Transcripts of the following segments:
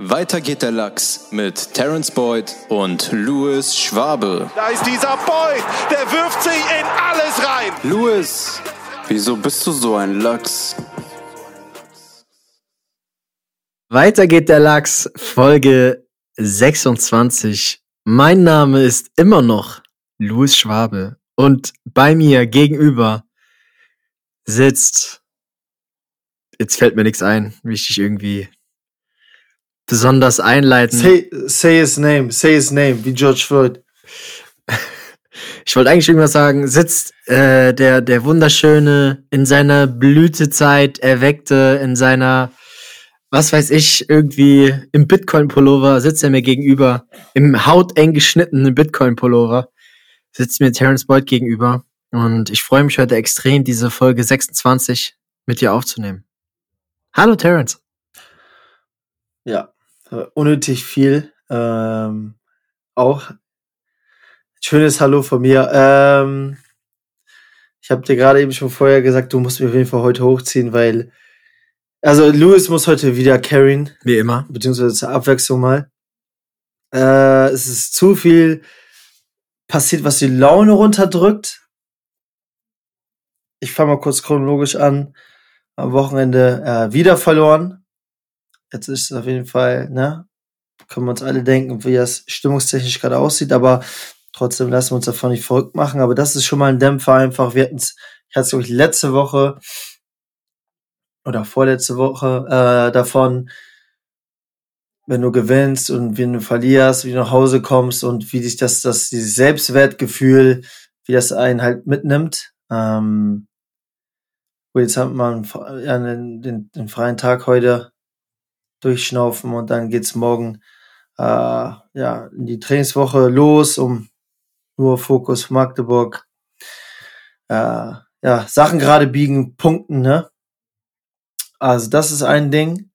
Weiter geht der Lachs mit Terence Boyd und Louis Schwabe. Da ist dieser Boyd, der wirft sich in alles rein. Louis, wieso bist du so ein Lachs? Weiter geht der Lachs, Folge 26. Mein Name ist immer noch Louis Schwabe und bei mir gegenüber sitzt, jetzt fällt mir nichts ein, wie ich dich irgendwie besonders einleiten. Say his name, wie George Floyd. Ich wollte eigentlich irgendwas sagen, sitzt der wunderschöne, in seiner Blütezeit erweckte, in seiner, was weiß ich, irgendwie im Bitcoin-Pullover, sitzt er mir gegenüber, im hauteng geschnittenen Bitcoin-Pullover, sitzt mir Terence Boyd gegenüber und ich freue mich heute extrem, diese Folge 26 mit dir aufzunehmen. Hallo Terence. Ja, unnötig viel. Auch schönes Hallo von mir. Ich habe dir gerade eben schon vorher gesagt, du musst mich auf jeden Fall heute hochziehen, weil also Louis muss heute wieder carryen. Wie immer. Beziehungsweise zur Abwechslung mal. Es ist zu viel passiert, was die Laune runterdrückt. Ich fange mal kurz chronologisch an. Am Wochenende wieder verloren. Jetzt ist es auf jeden Fall, ne? Können wir uns alle denken, wie das stimmungstechnisch gerade aussieht, aber trotzdem lassen wir uns davon nicht verrückt machen. Aber das ist schon mal ein Dämpfer einfach. Ich hatte es, glaube ich, letzte Woche oder vorletzte Woche davon, wenn du gewinnst und wenn du verlierst, wie du nach Hause kommst und wie dich dieses Selbstwertgefühl, wie das einen halt mitnimmt. Jetzt hat man den freien Tag heute durchschnaufen und dann geht's morgen in die Trainingswoche los, um nur Fokus Magdeburg. Sachen gerade biegen, punkten, ne? Also das ist ein Ding.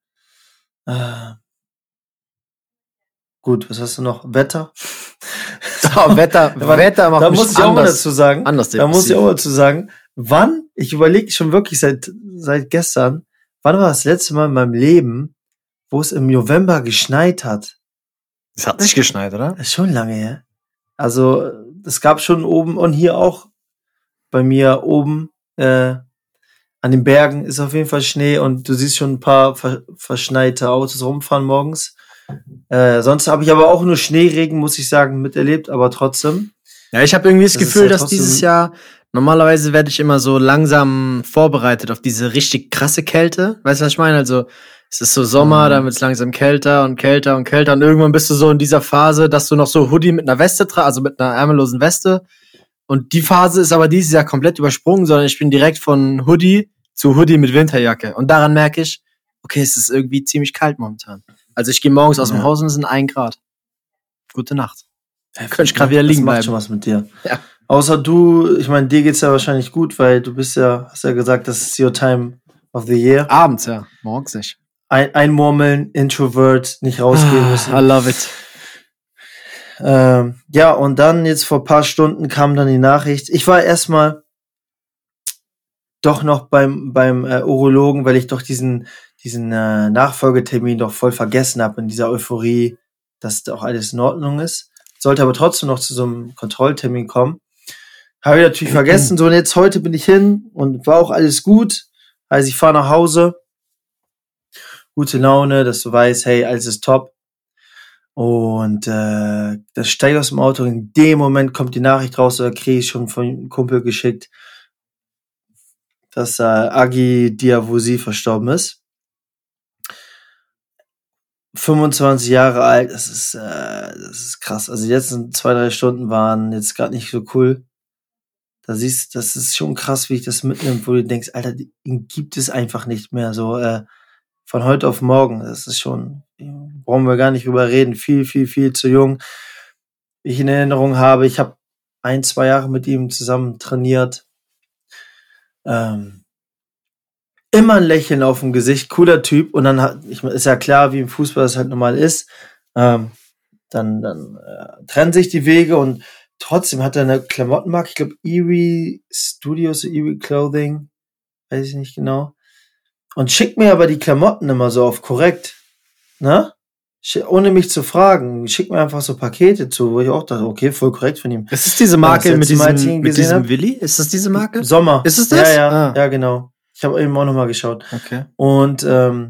Gut, was hast du noch? Wetter? Wetter macht da mich muss ich auch mal dazu sagen. Wann, ich überlege schon wirklich seit gestern, wann war das letzte Mal in meinem Leben, wo es im November geschneit hat? Es hat nicht geschneit, oder? Das ist schon lange her. Also, es gab schon oben und hier auch bei mir oben an den Bergen ist auf jeden Fall Schnee und du siehst schon ein paar verschneite Autos rumfahren morgens. Sonst habe ich aber auch nur Schneeregen, muss ich sagen, miterlebt, aber trotzdem. Ja, ich habe irgendwie das Gefühl, dass dieses Jahr, normalerweise werde ich immer so langsam vorbereitet auf diese richtig krasse Kälte. Weißt du, was ich meine? Also, es ist so Sommer, dann wird es langsam kälter und kälter und kälter und irgendwann bist du so in dieser Phase, dass du noch so Hoodie mit einer Weste tragst, also mit einer ärmellosen Weste. Und die Phase ist aber dieses Jahr komplett übersprungen, sondern ich bin direkt von Hoodie zu Hoodie mit Winterjacke. Und daran merke ich, okay, es ist irgendwie ziemlich kalt momentan. Also ich gehe morgens aus dem Haus und es sind 1 Grad. Gute Nacht. Könnte ich gerade wieder liegen bleiben. Das macht schon was mit dir. Ja. Außer du, ich meine, dir geht's ja wahrscheinlich gut, weil du hast ja gesagt, das ist your time of the year. Abends, ja. Morgens nicht. Einmurmeln, Introvert, nicht rausgehen müssen. I love it. Und dann jetzt vor ein paar Stunden kam dann die Nachricht. Ich war erstmal doch noch beim Urologen, weil ich doch diesen Nachfolgetermin doch voll vergessen habe in dieser Euphorie, dass auch alles in Ordnung ist. Sollte aber trotzdem noch zu so einem Kontrolltermin kommen. Habe ich natürlich vergessen. So, und jetzt heute bin ich hin und war auch alles gut. Also ich fahre nach Hause. Gute Laune, dass du weißt, hey, alles ist top. Und dann steige ich aus dem Auto. In dem Moment kommt die Nachricht raus, oder kriege ich schon von einem Kumpel geschickt, dass Agi Diawusi verstorben ist. 25 Jahre alt, das ist krass. Also die letzten 2-3 Stunden waren jetzt gerade nicht so cool. Da siehst, das ist schon krass, wie ich das mitnehme, wo du denkst, Alter, ihn gibt es einfach nicht mehr. So von heute auf morgen. Das ist schon, brauchen wir gar nicht drüber reden. Viel, viel, viel zu jung. Ich in Erinnerung habe, ich habe 1-2 Jahre mit ihm zusammen trainiert. Immer ein Lächeln auf dem Gesicht, cooler Typ. Und dann ist ja klar, wie im Fußball das halt normal ist. Dann trennen sich die Wege und trotzdem hat er eine Klamottenmarke, ich glaube Erie Studios, Erie Clothing, weiß ich nicht genau. Und schickt mir aber die Klamotten immer so auf korrekt, ne? ohne mich zu fragen, schickt mir einfach so Pakete zu, wo ich auch dachte, okay, voll korrekt von ihm. Ist es diese Marke mit diesem Willi? Ist das diese Marke? Sommer. Ist es das? Ja, genau. Ich habe eben auch nochmal geschaut. Okay. Und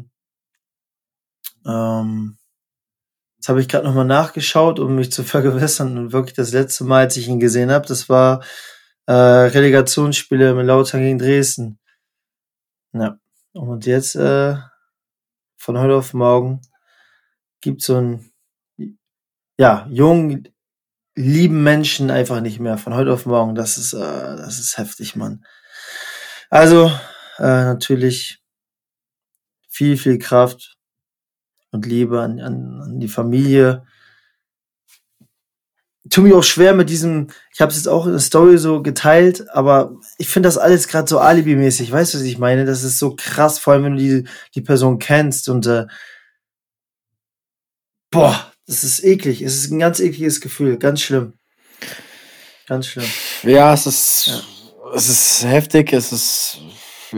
jetzt habe ich gerade nochmal nachgeschaut, um mich zu vergewissern. Und wirklich das letzte Mal, als ich ihn gesehen habe, das war Relegationsspiele mit Lautern gegen Dresden. Ja. Und jetzt von heute auf morgen gibt so einen jungen, lieben Menschen einfach nicht mehr. Von heute auf morgen. Das ist heftig, Mann. Also natürlich viel, viel Kraft und Liebe an die Familie. Tut mir auch schwer mit diesem, ich habe es jetzt auch in der Story so geteilt, aber ich finde das alles gerade so alibimäßig. Weißt du, was ich meine? Das ist so krass, vor allem wenn du die Person kennst und das ist eklig. Es ist ein ganz ekliges Gefühl, ganz schlimm. Ganz schlimm. Ja, es ist heftig, ich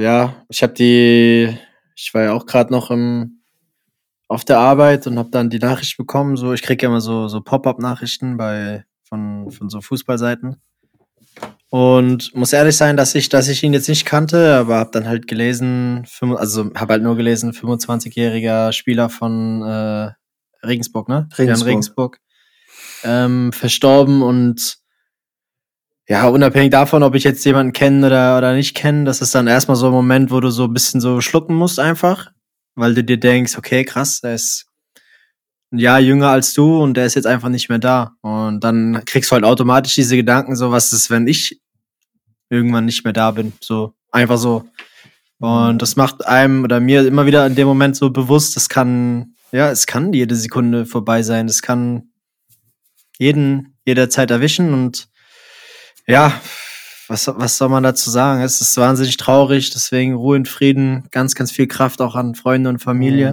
war ja auch gerade noch auf der Arbeit und habe dann die Nachricht bekommen, so, ich kriege ja immer so Pop-up-Nachrichten von so Fußballseiten. Und muss ehrlich sein, dass ich ihn jetzt nicht kannte, aber habe dann halt gelesen, habe halt nur gelesen, 25-jähriger Spieler von Regensburg, ne? Regensburg. Verstorben und ja, unabhängig davon, ob ich jetzt jemanden kenne oder nicht kenne, das ist dann erstmal so ein Moment, wo du so ein bisschen so schlucken musst einfach, weil du dir denkst, okay, krass, der ist ein Jahr jünger als du und der ist jetzt einfach nicht mehr da. Und dann kriegst du halt automatisch diese Gedanken, so, was ist, wenn ich irgendwann nicht mehr da bin, so, einfach so. Und das macht einem oder mir immer wieder in dem Moment so bewusst, es kann jede Sekunde vorbei sein, es kann jederzeit erwischen und ja, was soll man dazu sagen? Es ist wahnsinnig traurig, deswegen Ruhe und Frieden, ganz, ganz viel Kraft auch an Freunde und Familie.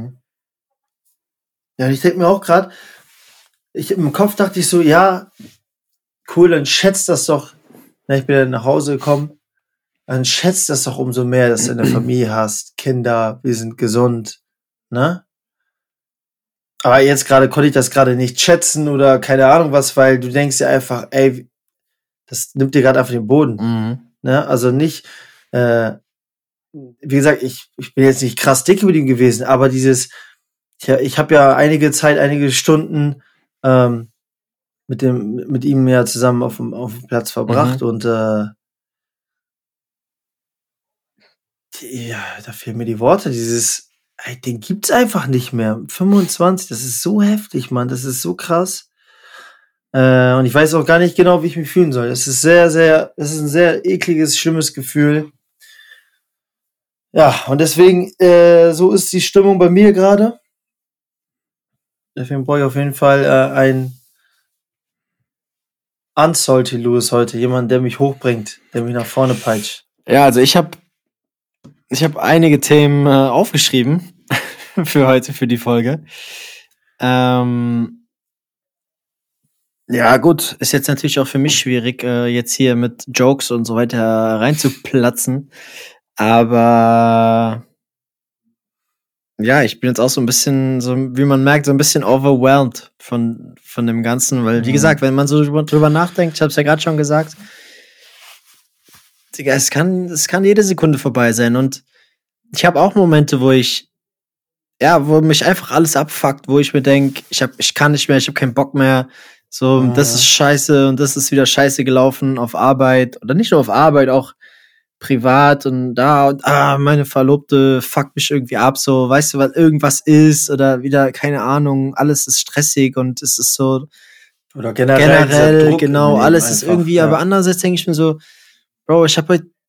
Ja, ich denke mir auch gerade, im Kopf dachte ich so, ja, cool, dann schätzt das doch, ich bin dann nach Hause gekommen, dann schätzt das doch umso mehr, dass du eine Familie hast, Kinder, wir sind gesund, ne? Aber jetzt gerade konnte ich das gerade nicht schätzen oder keine Ahnung was, weil du denkst ja einfach, ey, das nimmt dir gerade einfach den Boden. Ne? Also nicht, wie gesagt, ich bin jetzt nicht krass dick mit ihm gewesen, aber ich habe ja einige Stunden mit ihm ja zusammen auf dem Platz verbracht und da fehlen mir die Worte, den gibt's einfach nicht mehr. 25, das ist so heftig, Mann, das ist so krass. Und ich weiß auch gar nicht genau, wie ich mich fühlen soll. Es ist es ist ein sehr ekliges, schlimmes Gefühl. Ja, und deswegen, so ist die Stimmung bei mir gerade. Deswegen brauche ich auf jeden Fall ein Unsalty Louis heute. Jemand, der mich hochbringt, der mich nach vorne peitscht. Ja, also ich hab einige Themen aufgeschrieben für heute, für die Folge. Ja, gut, ist jetzt natürlich auch für mich schwierig, jetzt hier mit Jokes und so weiter reinzuplatzen. Aber ja, ich bin jetzt auch so ein bisschen, so wie man merkt, so ein bisschen overwhelmed von dem Ganzen. Weil, wie gesagt, wenn man so drüber nachdenkt, ich habe es ja gerade schon gesagt, Digga, es kann jede Sekunde vorbei sein. Und ich habe auch Momente, wo mich einfach alles abfuckt, wo ich mir denke, ich kann nicht mehr, ich habe keinen Bock mehr. So, das ist scheiße und das ist wieder scheiße gelaufen auf Arbeit. Oder nicht nur auf Arbeit, auch privat und meine Verlobte fuckt mich irgendwie ab, so, weißt du, was irgendwas ist oder wieder, keine Ahnung, alles ist stressig und es ist so, oder generell genau, alles ist irgendwie, aber andererseits denke ich mir so, Bro, ich habe heute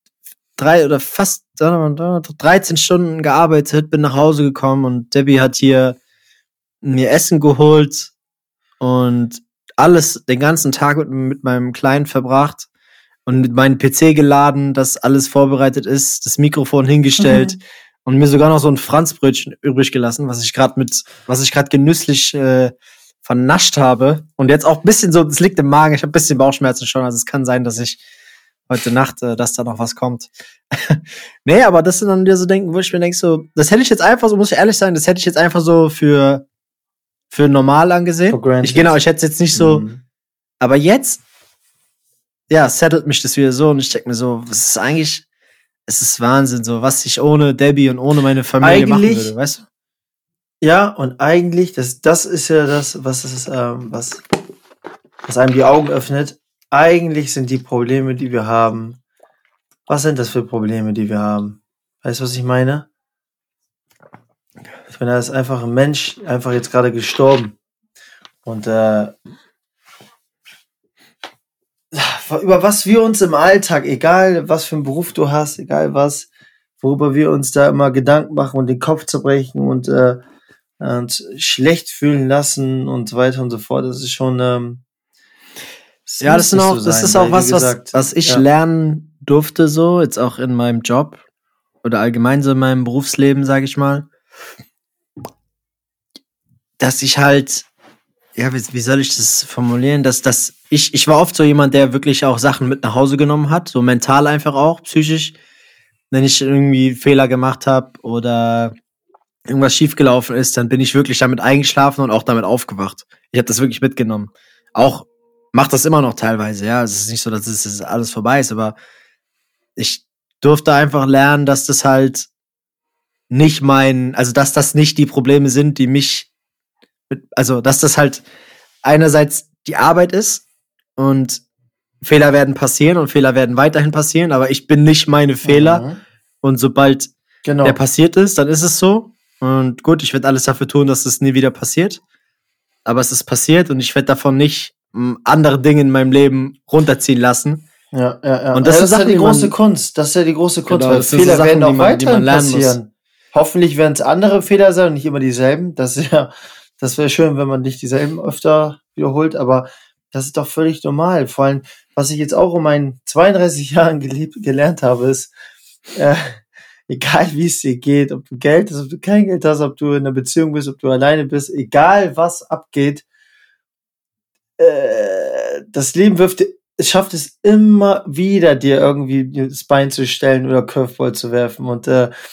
13 Stunden gearbeitet, bin nach Hause gekommen und Debbie hat hier mir Essen geholt und alles den ganzen Tag mit meinem Kleinen verbracht und mit meinem PC geladen, dass alles vorbereitet ist, das Mikrofon hingestellt und mir sogar noch so ein Franzbrötchen übrig gelassen, was ich gerade genüsslich vernascht habe und jetzt auch ein bisschen so, es liegt im Magen, ich habe ein bisschen Bauchschmerzen schon, also es kann sein, dass ich heute Nacht, dass da noch was kommt. Nee, aber das sind dann wieder so Denken, wo ich mir denke, so, das hätte ich jetzt einfach, so muss ich ehrlich sein, das hätte ich jetzt einfach so für für normal angesehen. Ich hätte es jetzt nicht so, aber jetzt, ja, settelt mich das wieder so und ich denke mir so, es ist Wahnsinn, so, was ich ohne Debbie und ohne meine Familie machen würde, weißt du? Ja, und eigentlich, das ist ja das, was einem die Augen öffnet. Eigentlich sind die Probleme, die wir haben, was sind das für Probleme, die wir haben? Weißt du, was ich meine? Ich meine, da ist einfach ein Mensch einfach jetzt gerade gestorben. Und über was wir uns im Alltag, egal was für einen Beruf du hast, egal was, worüber wir uns da immer Gedanken machen und den Kopf zerbrechen und schlecht fühlen lassen und so weiter und so fort, das ist schon das ist auch was ich lernen durfte, so jetzt auch in meinem Job oder allgemein so in meinem Berufsleben, sage ich mal, dass ich halt, ja, wie soll ich das formulieren, dass ich war oft so jemand, der wirklich auch Sachen mit nach Hause genommen hat, so mental einfach auch, psychisch, wenn ich irgendwie Fehler gemacht habe oder irgendwas schiefgelaufen ist, dann bin ich wirklich damit eingeschlafen und auch damit aufgewacht. Ich habe das wirklich mitgenommen. Auch macht das immer noch teilweise, ja. Es ist nicht so, dass es alles vorbei ist, aber ich durfte einfach lernen, dass das halt nicht dass das nicht die Probleme sind, die mich, dass das halt einerseits die Arbeit ist und Fehler werden passieren und Fehler werden weiterhin passieren, aber ich bin nicht meine Fehler und sobald der passiert ist, dann ist es so. Und gut, ich werde alles dafür tun, dass es nie wieder passiert. Aber es ist passiert und ich werde davon nicht andere Dinge in meinem Leben runterziehen lassen. Ja. Und das ist ja die große Kunst. Das ist ja die große Kunst, weil Fehler werden auch weiterhin passieren. Hoffentlich werden es andere Fehler sein und nicht immer dieselben. Das wäre schön, wenn man nicht dieselben öfter wiederholt, aber das ist doch völlig normal. Vor allem, was ich jetzt auch in meinen 32 Jahren gelernt habe, ist, egal wie es dir geht, ob du Geld hast, ob du kein Geld hast, ob du in einer Beziehung bist, ob du alleine bist, egal was abgeht, das Leben schafft es immer wieder, dir irgendwie das Bein zu stellen oder Curveball zu werfen. Und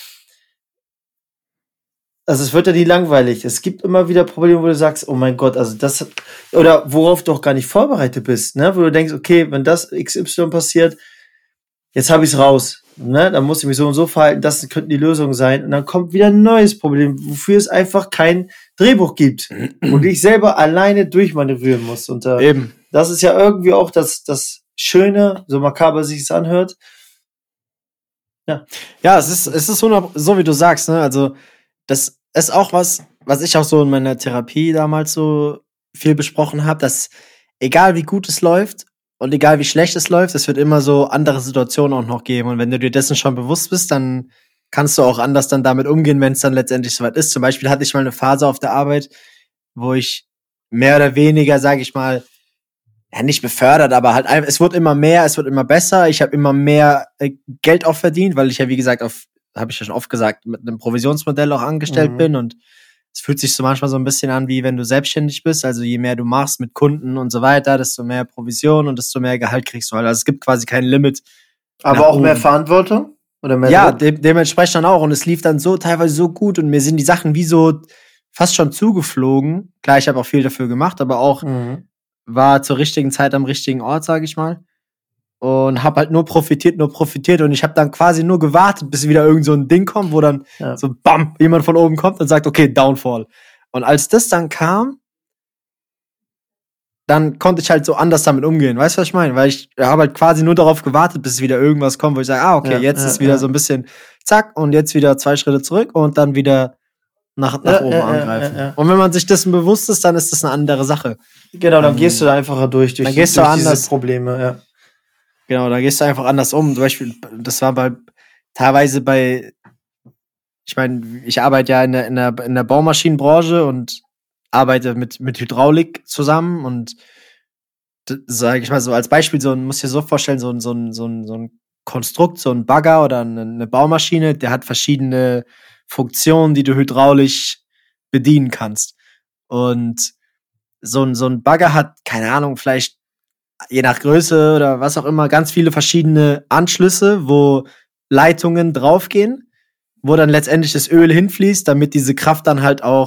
also es wird ja nie langweilig. Es gibt immer wieder Probleme, wo du sagst, oh mein Gott, also das, oder worauf du auch gar nicht vorbereitet bist, ne? Wo du denkst, okay, wenn das XY passiert, jetzt habe ich es raus. Ne? Dann muss ich mich so und so verhalten, das könnten die Lösungen sein. Und dann kommt wieder ein neues Problem, wofür es einfach kein Drehbuch gibt. Wo du dich selber alleine durchmanövrieren musst. Und eben. Das ist ja irgendwie auch das Schöne, so makaber sich es anhört. Ja, es ist so, wie du sagst, ne? Also, das ist auch was ich auch so in meiner Therapie damals so viel besprochen habe, dass egal wie gut es läuft, und egal wie schlecht es läuft, es wird immer so andere Situationen auch noch geben. Und wenn du dir dessen schon bewusst bist, dann kannst du auch anders dann damit umgehen, wenn es dann letztendlich soweit ist. Zum Beispiel hatte ich mal eine Phase auf der Arbeit, wo ich mehr oder weniger, sage ich mal, ja nicht befördert, aber halt es wird immer mehr, es wird immer besser. Ich habe immer mehr Geld auch verdient, weil ich ja, wie gesagt, habe ich ja schon oft gesagt, mit einem Provisionsmodell auch angestellt bin und es fühlt sich so manchmal so ein bisschen an, wie wenn du selbstständig bist. Also je mehr du machst mit Kunden und so weiter, desto mehr Provision und desto mehr Gehalt kriegst du halt. Also es gibt quasi kein Limit. Aber auch mehr Verantwortung? Oder mehr ja, dementsprechend dann auch. Und es lief dann so teilweise so gut und mir sind die Sachen wie so fast schon zugeflogen. Klar, ich habe auch viel dafür gemacht, aber auch war zur richtigen Zeit am richtigen Ort, sage ich mal. Und habe halt nur profitiert und ich habe dann quasi nur gewartet, bis wieder irgend so ein Ding kommt, wo dann so bam, jemand von oben kommt und sagt, okay, Downfall. Und als das dann kam, dann konnte ich halt so anders damit umgehen. Weißt du, was ich meine? Weil ich habe halt quasi nur darauf gewartet, bis wieder irgendwas kommt, wo ich sage, okay, jetzt ist wieder so ein bisschen zack und jetzt wieder 2 Schritte zurück und dann wieder nach oben angreifen. Und wenn man sich dessen bewusst ist, dann ist das eine andere Sache. Genau, dann gehst du da einfacher durch dann gehst du anders diese Probleme, ja. Genau, da gehst du einfach anders um. Zum Beispiel, das war teilweise ich meine, ich arbeite ja in der Baumaschinenbranche und arbeite mit Hydraulik zusammen und sage ich mal so als Beispiel, muss dir so vorstellen, so ein Konstrukt, so ein Bagger oder eine Baumaschine, der hat verschiedene Funktionen, die du hydraulisch bedienen kannst. Und so ein Bagger hat, keine Ahnung, vielleicht je nach Größe oder was auch immer, ganz viele verschiedene Anschlüsse, wo Leitungen draufgehen, wo dann letztendlich das Öl hinfließt, damit diese Kraft dann halt auch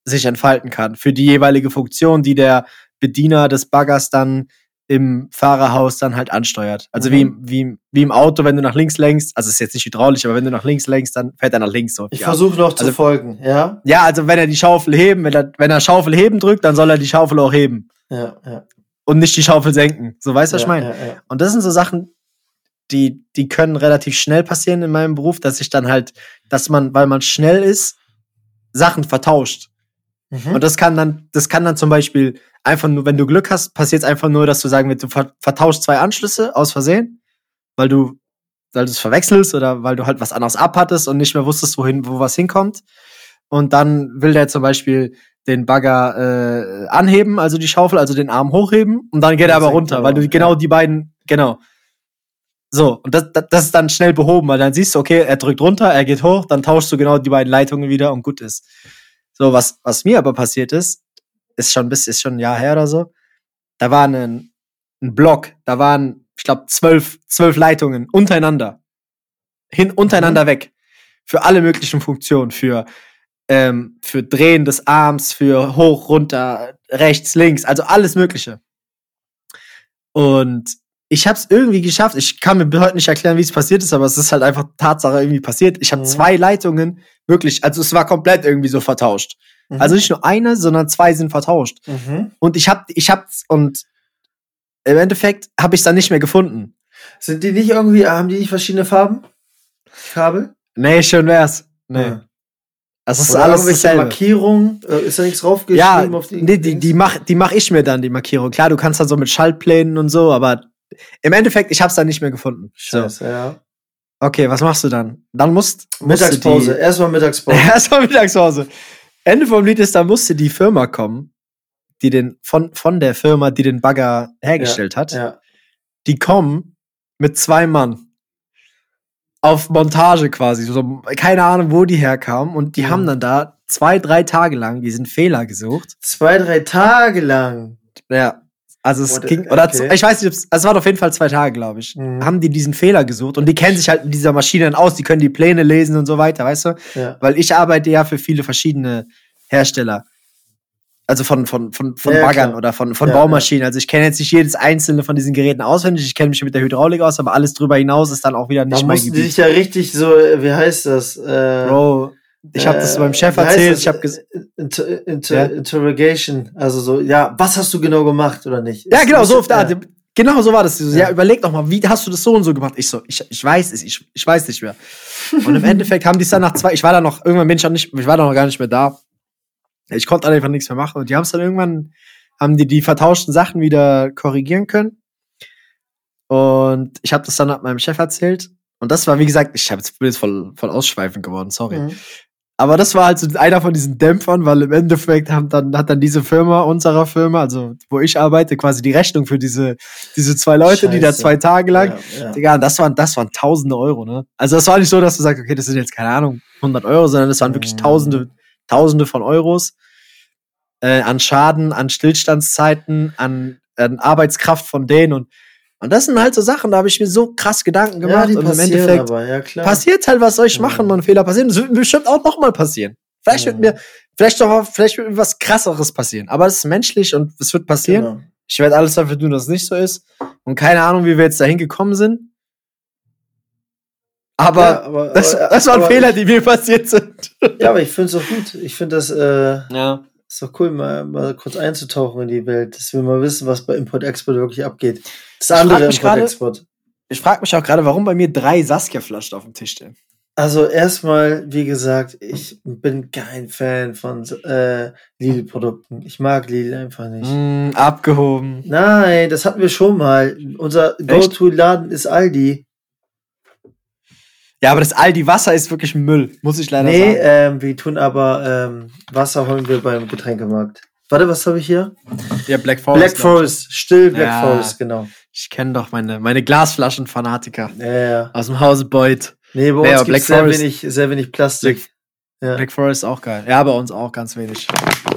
sich entfalten kann für die jeweilige Funktion, die der Bediener des Baggers dann im Fahrerhaus dann halt ansteuert. Also wie im Auto, wenn du nach links lenkst, also es ist jetzt nicht hydraulisch, aber wenn du nach links lenkst, dann fährt er nach links so. Ich versuche noch zu folgen, ja? Ja, also wenn er die Schaufel heben, wenn er Schaufel heben drückt, dann soll er die Schaufel auch heben. Ja. Und nicht die Schaufel senken. So, weißt du, was ich meine? Ja. Und das sind so Sachen, die können relativ schnell passieren in meinem Beruf, dass ich dann halt, dass man, weil man schnell ist, Sachen vertauscht. Und das kann dann zum Beispiel einfach nur, wenn du Glück hast, passiert es einfach nur, dass du sagen willst, du vertauschst 2 Anschlüsse aus Versehen, weil du es verwechselst oder weil du halt was anderes abhattest und nicht mehr wusstest, wo was hinkommt. Und dann will der zum Beispiel den Bagger anheben, also die Schaufel, also den Arm hochheben und dann geht er aber runter, weil du genau die beiden, genau. So, und das ist dann schnell behoben, weil dann siehst du, okay, er drückt runter, er geht hoch, dann tauschst du genau die beiden Leitungen wieder und gut ist. So, was mir aber passiert ist schon ein Jahr her oder so, da war ein Block, da waren, ich glaube, 12 Leitungen untereinander weg, für alle möglichen Funktionen, für Drehen des Arms, für hoch, runter, rechts, links, also alles Mögliche. Und ich hab's irgendwie geschafft. Ich kann mir heute nicht erklären, wie es passiert ist, aber es ist halt einfach Tatsache irgendwie passiert. Ich habe 2 Leitungen wirklich, also es war komplett irgendwie so vertauscht. Also nicht nur eine, sondern 2 sind vertauscht. Und und im Endeffekt habe ich es dann nicht mehr gefunden. Haben die nicht verschiedene Farben? Kabel? Nee, schön wär's. Nee. Ja. Das ist oder alles irgendwelche dasselbe. Markierungen? Ist da nichts draufgeschrieben? Ja, auf die die mach ich mir dann, die Markierung. Klar, du kannst dann so mit Schaltplänen und so, aber im Endeffekt, ich hab's dann nicht mehr gefunden. Scheiße, so. Ja. Okay, was machst du dann? Dann Mittagspause. Erstmal Mittagspause. Erstmal Mittagspause. Ende vom Lied ist, da musste die Firma kommen, die von der Firma, die den Bagger hergestellt hat. Ja. Die kommen mit 2 Mann. Auf Montage quasi. So, keine Ahnung, wo die herkamen. Und die haben dann da 2-3 Tage lang diesen Fehler gesucht. 2-3 Tage lang? Ja. Also es ging, oder okay. Ich weiß nicht, es waren auf jeden Fall 2 Tage, glaube ich. Haben die diesen Fehler gesucht und die kennen sich halt mit dieser Maschine dann aus, die können die Pläne lesen und so weiter, weißt du? Ja. Weil ich arbeite ja für viele verschiedene Hersteller. Also von Baggern oder von Baumaschinen. Also ich kenne jetzt nicht jedes einzelne von diesen Geräten auswendig. Ich kenne mich mit der Hydraulik aus, aber alles drüber hinaus ist dann auch wieder nicht mein Gebiet. Da mussten die sich ja richtig so, wie heißt das? Bro, ich habe das meinem Chef erzählt. Ich habe Interrogation, also so, ja, was hast du genau gemacht oder nicht? Ja, genau, so auf der Art. Genau so war das. Ja, überleg doch mal, wie hast du das so und so gemacht? Ich so, ich weiß es, ich weiß nicht mehr. Und im Endeffekt haben die es dann ich war da noch gar nicht mehr da. Ich konnte einfach nichts mehr machen. Und die haben es dann irgendwann, haben die vertauschten Sachen wieder korrigieren können. Und ich habe das dann meinem Chef erzählt. Und das war, wie gesagt, bin jetzt voll ausschweifend geworden, sorry. Aber das war halt so einer von diesen Dämpfern, weil im Endeffekt hat dann diese Firma, unserer Firma, also wo ich arbeite, quasi die Rechnung für diese 2 Leute, Scheiße. Die da 2 Tage lang, Digga, das waren tausende Euro, ne? Also das war nicht so, dass du sagst, okay, das sind jetzt, keine Ahnung, 100 Euro, sondern das waren wirklich Tausende von Euros an Schaden, an Stillstandszeiten, an Arbeitskraft von denen und das sind halt so Sachen, da habe ich mir so krass Gedanken gemacht und im Endeffekt passiert halt, was soll ich machen, wenn Fehler passieren. Das wird mir bestimmt auch nochmal passieren. Vielleicht wird mir was Krasseres passieren. Aber es ist menschlich und es wird passieren. Genau. Ich werde alles dafür tun, dass es nicht so ist. Und keine Ahnung, wie wir jetzt dahin gekommen sind. Aber das waren Fehler, die mir passiert sind. Ja, aber ich finde es auch gut. Ich finde das ist doch cool, mal kurz einzutauchen in die Welt, dass wir mal wissen, was bei Import-Export wirklich abgeht. Das andere Import-Export. Ich frage mich auch gerade, warum bei mir 3 Saskia-Flaschen auf dem Tisch stehen. Also erstmal, wie gesagt, ich bin kein Fan von Lidl-Produkten. Ich mag Lidl einfach nicht. Abgehoben. Nein, das hatten wir schon mal. Unser Go-To-Laden ist Aldi. Ja, aber das Aldi-Wasser ist wirklich Müll, muss ich leider sagen. Wir tun aber Wasser holen wir beim Getränkemarkt. Warte, was habe ich hier? Ja, Black Forest. Black Forest, Black Forest, genau. Ich kenne doch meine Glasflaschen-Fanatiker. Ja. Aus dem Hause Beuth. Nee, bei uns gibt es sehr wenig Plastik. Black Forest ist auch geil. Ja, bei uns auch ganz wenig.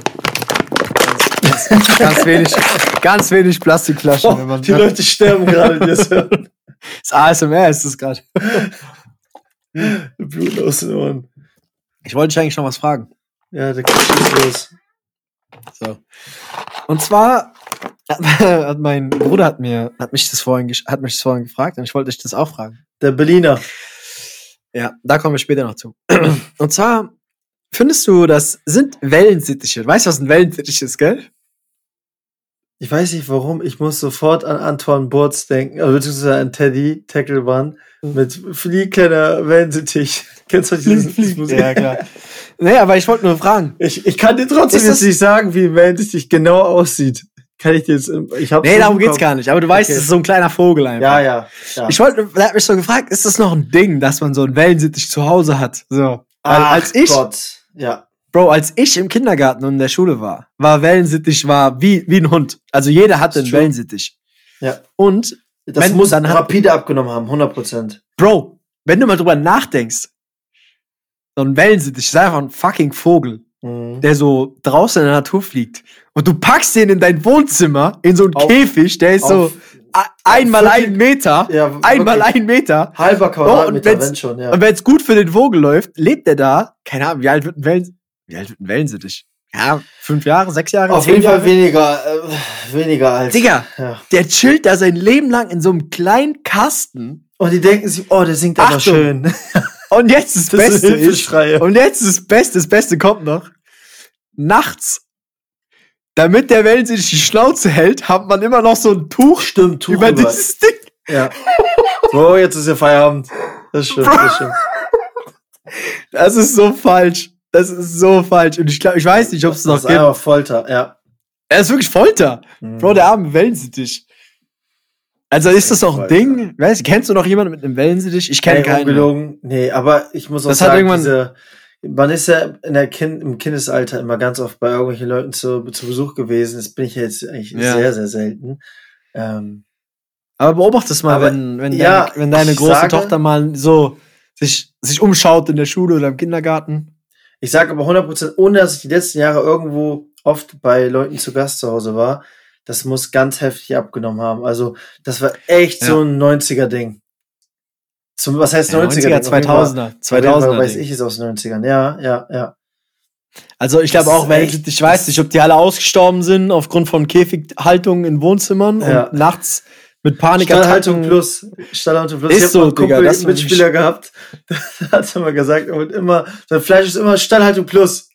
Ganz wenig Plastikflaschen. Wenn man die Leute sterben gerade, die das hören. Das ASMR ist das gerade. Blut aus den Ohren. Ich wollte dich eigentlich noch was fragen. Ja, der schießt los. So. Und zwar hat mein Bruder hat mich das vorhin gefragt und ich wollte dich das auch fragen. Der Berliner. Ja, da kommen wir später noch zu. Und zwar, findest du, das sind Wellensittiche? Weißt du, was ein Wellensittich ist, gell? Ich weiß nicht warum, ich muss sofort an Antoine Burz denken, also beziehungsweise an Teddy Teckleban mit Fliehkleiner Wellensittich. Kennst du dieses Musik? Ja, klar. Nee, aber ich wollte nur fragen. Ich kann dir trotzdem jetzt nicht sagen, wie ein Wellensittich genau aussieht. Kann ich dir jetzt, darum geht's gar nicht, aber du weißt, es ist so ein kleiner Vogel einfach. Ja. Er hat mich so gefragt, ist das noch ein Ding, dass man so einen Wellensittich zu Hause hat? So. Als ich im Kindergarten und in der Schule war Wellensittich wie ein Hund. Also jeder hatte einen Wellensittich. Ja. Und das muss dann rapide abgenommen haben, 100%. Bro, wenn du mal drüber nachdenkst, so ein Wellensittich ist einfach ein fucking Vogel, der so draußen in der Natur fliegt. Und du packst den in dein Wohnzimmer, in so einen Käfig, der ist so einmal 1 Meter. Ja, einmal 1 Meter. Halber Quadratmeter, wenn schon, ja. Und wenn es gut für den Vogel läuft, lebt der da. Keine Ahnung, wie alt wird ein Wellensittich? Ja, 5 Jahre, 6 Jahre? Auf jeden Fall weniger als. Digga, der chillt da sein Leben lang in so einem kleinen Kasten. Und die denken sich, der singt aber schön. Und jetzt das Beste kommt noch. Nachts, damit der Wellensittich die Schnauze hält, hat man immer noch so ein Tuch über dieses Ding. Ja. So, jetzt ist ja Feierabend. Das stimmt. Das ist so falsch. Und ich weiß nicht, ob es noch gibt. Das ist einfach Folter, ja. Er ist wirklich Folter. Bro, der arme Wellensittich. Also ist das noch ein Ding? Kennst du noch jemanden mit einem Wellensittich? Ich kenne keinen. Ungelogen. Nee, aber ich muss auch sagen, man ist ja im Kindesalter immer ganz oft bei irgendwelchen Leuten zu Besuch gewesen. Das bin ich ja jetzt eigentlich sehr, sehr selten. Aber beobachte es mal, wenn deine große Tochter mal so sich umschaut in der Schule oder im Kindergarten. Ich sage aber 100%, ohne dass ich die letzten Jahre irgendwo oft bei Leuten zu Gast zu Hause war, das muss ganz heftig abgenommen haben. Also, das war echt so ein 90er-Ding. Was heißt 90er? 2000er. 2000er weiß ich, ist aus den 90ern. Ja. Also, ich glaube auch, ich weiß nicht, ob die alle ausgestorben sind aufgrund von Käfighaltung in Wohnzimmern und nachts mit Panikattacken. Stallhaltung plus. Ist ich habe einen Mitspieler gehabt, der hat immer gesagt, sein Fleisch ist immer Stallhaltung plus.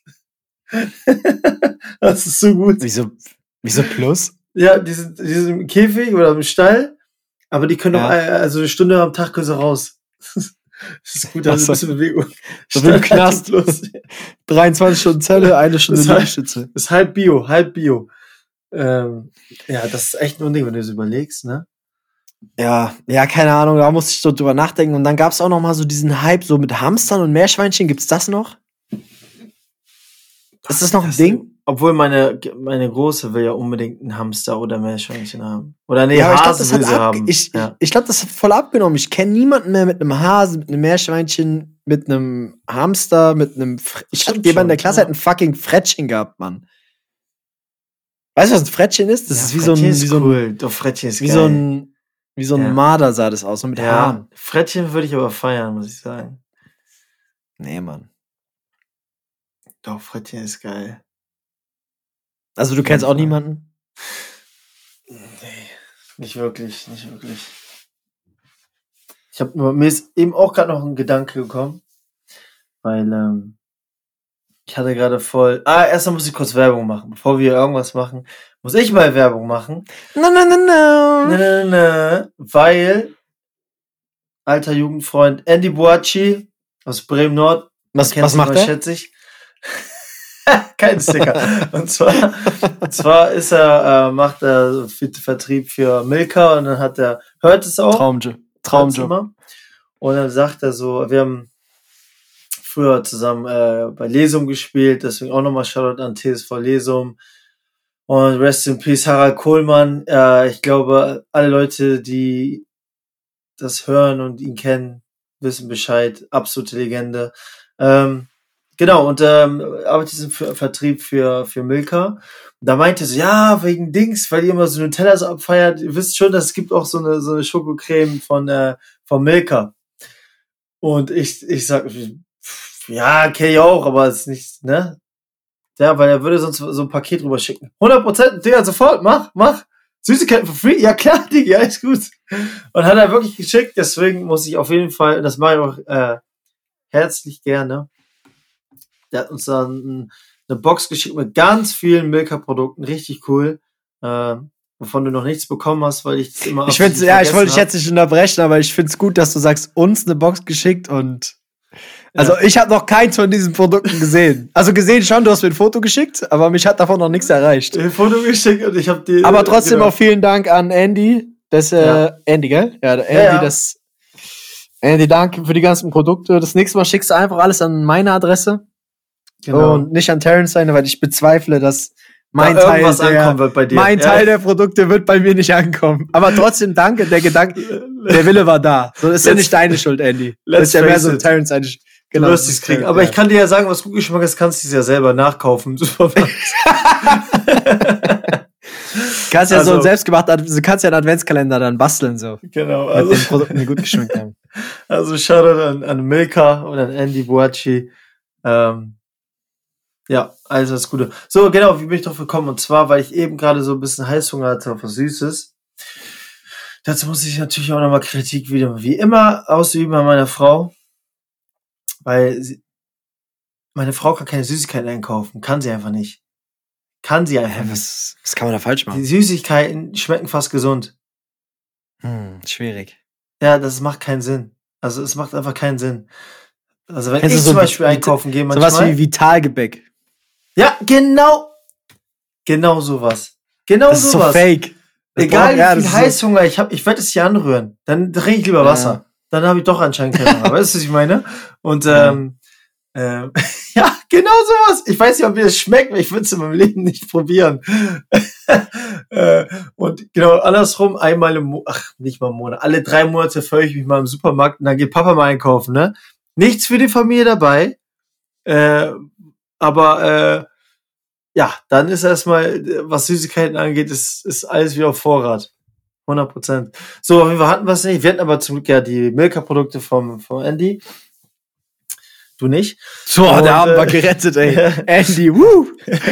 Das ist so gut. Wieso plus? Ja, die sind im Käfig oder im Stall, aber die können noch, also 1 Stunde am Tag können sie raus. Das ist gut, also ein bisschen Bewegung. So wie im Knast. 23 Stunden Zelle, 1 Stunde Liegestütze. Das ist halb Bio. Das ist echt ein Unding, wenn du das überlegst, ne? Ja, keine Ahnung, da musste ich so drüber nachdenken. Und dann gab's auch noch mal so diesen Hype so mit Hamstern und Meerschweinchen. Gibt's das noch? Ist das noch ein Ding? Obwohl meine Große will ja unbedingt einen Hamster oder Meerschweinchen haben. Oder Hase will sie haben. Ich glaube, das hat voll abgenommen. Ich kenne niemanden mehr mit einem Hase, mit einem Meerschweinchen, mit einem Hamster, mit einem... Ich hatte jemanden in der Klasse, hat ein fucking Frettchen gehabt, Mann. Weißt du, was ein Frettchen ist? Das ist wie so ein... Doch, Frettchen ist wie geil. Wie so ein Marder sah das aus, so mit Haaren. Frettchen würde ich aber feiern, muss ich sagen. Nee, Mann. Doch, Frettchen ist geil. Also du kennst auch niemanden? Nee, nicht wirklich. Mir ist eben auch gerade noch ein Gedanke gekommen, weil ich hatte gerade voll... erstmal muss ich kurz Werbung machen. Bevor wir irgendwas machen, muss ich mal Werbung machen. No. Weil alter Jugendfreund Andy Boacci aus Bremen-Nord. Was macht er? Schätze ich. Kein Sticker. Und zwar ist macht er Vertrieb für Milka und dann hört es auch. Traumjob. Und dann sagt er so, wir haben früher zusammen bei Lesum gespielt, deswegen auch nochmal Shoutout an TSV Lesum. Und Rest in Peace Harald Kohlmann. Ich glaube, alle Leute, die das hören und ihn kennen, wissen Bescheid. Absolute Legende. Genau, und arbeitet im Vertrieb für Milka. Und da meinte sie, ja, wegen Dings, weil ihr immer so Nutella so abfeiert, ihr wisst schon, dass es gibt auch so eine Schokocreme von Milka. Und ich sag, ja, kenn ich auch, aber es ist nicht, ne? Ja, weil er würde sonst so ein Paket rüber schicken. 100%, Digga, sofort, mach. Süßigkeiten for free? Ja klar, Digga, alles gut. Und hat er wirklich geschickt, deswegen muss ich auf jeden Fall, das mache ich auch herzlich gerne. Der hat uns dann eine Box geschickt mit ganz vielen Milka-Produkten, richtig cool. Wovon du noch nichts bekommen hast, weil ich das immer ich wollte dich jetzt nicht unterbrechen, aber ich find's gut, dass du sagst, uns eine Box geschickt und also ich habe noch keins von diesen Produkten gesehen. Also gesehen schon, du hast mir ein Foto geschickt, aber mich hat davon noch nichts erreicht. Ein Foto geschickt und ich habe die. Aber trotzdem auch vielen Dank an Andy. Andy, gell? Ja, Andy, Andy, danke für die ganzen Produkte. Das nächste Mal schickst du einfach alles an meine Adresse. Genau. Und nicht an Terrence seine, weil ich bezweifle, dass mein Teil der Produkte wird bei mir nicht ankommen. Aber trotzdem danke, der Wille war da. So, das ist ja nicht deine Schuld, Andy. Das ist ja mehr so Terrence seine Schuld. Genau, du wirst es kriegen. Aber ich kann dir ja sagen, was gut geschmeckt ist, kannst du es ja selber nachkaufen. Kannst ja so ein selbstgemachter, du kannst ja einen Adventskalender dann basteln, so. Genau. Also, mit den Produkten, die gut geschmeckt haben. Also, Shoutout an Milka und an Andy Boachi. Ja, also das Gute. So, genau, wie bin ich drauf gekommen? Und zwar, weil ich eben gerade so ein bisschen Heißhunger hatte auf was Süßes. Dazu muss ich natürlich auch nochmal Kritik wieder, wie immer, ausüben an meiner Frau. Weil meine Frau kann keine Süßigkeiten einkaufen. Kann sie einfach nicht. Kann sie einfach nicht. Was kann man da falsch machen? Die Süßigkeiten schmecken fast gesund. Schwierig. Ja, das macht keinen Sinn. Also es macht einfach keinen Sinn. Also wenn ich zum Beispiel einkaufen gehe, manchmal... Sowas wie Vitalgebäck. Ja, genau. Genau sowas. Genau das sowas. Ist so fake. Egal wie viel Heißhunger ich habe, ich werde es hier anrühren. Dann trinke ich lieber Wasser. Dann habe ich doch anscheinend keinen Hunger. Weißt du, was ich meine? Und ja, genau sowas. Ich weiß nicht, ob mir das schmeckt, weil ich würde es in meinem Leben nicht probieren. Und genau andersrum, einmal nicht mal im Monat, alle 3 Monate fahre ich mich mal im Supermarkt und dann geht Papa mal einkaufen, ne? Nichts für die Familie dabei, aber ja, dann ist erstmal, was Süßigkeiten angeht, ist alles wieder auf Vorrat. 100%. So, auf jeden Fall hatten wir es nicht. Wir hatten aber zum Glück ja die Milka-Produkte vom Andy. Du nicht. So, der haben wir gerettet, ey. Andy, wuh!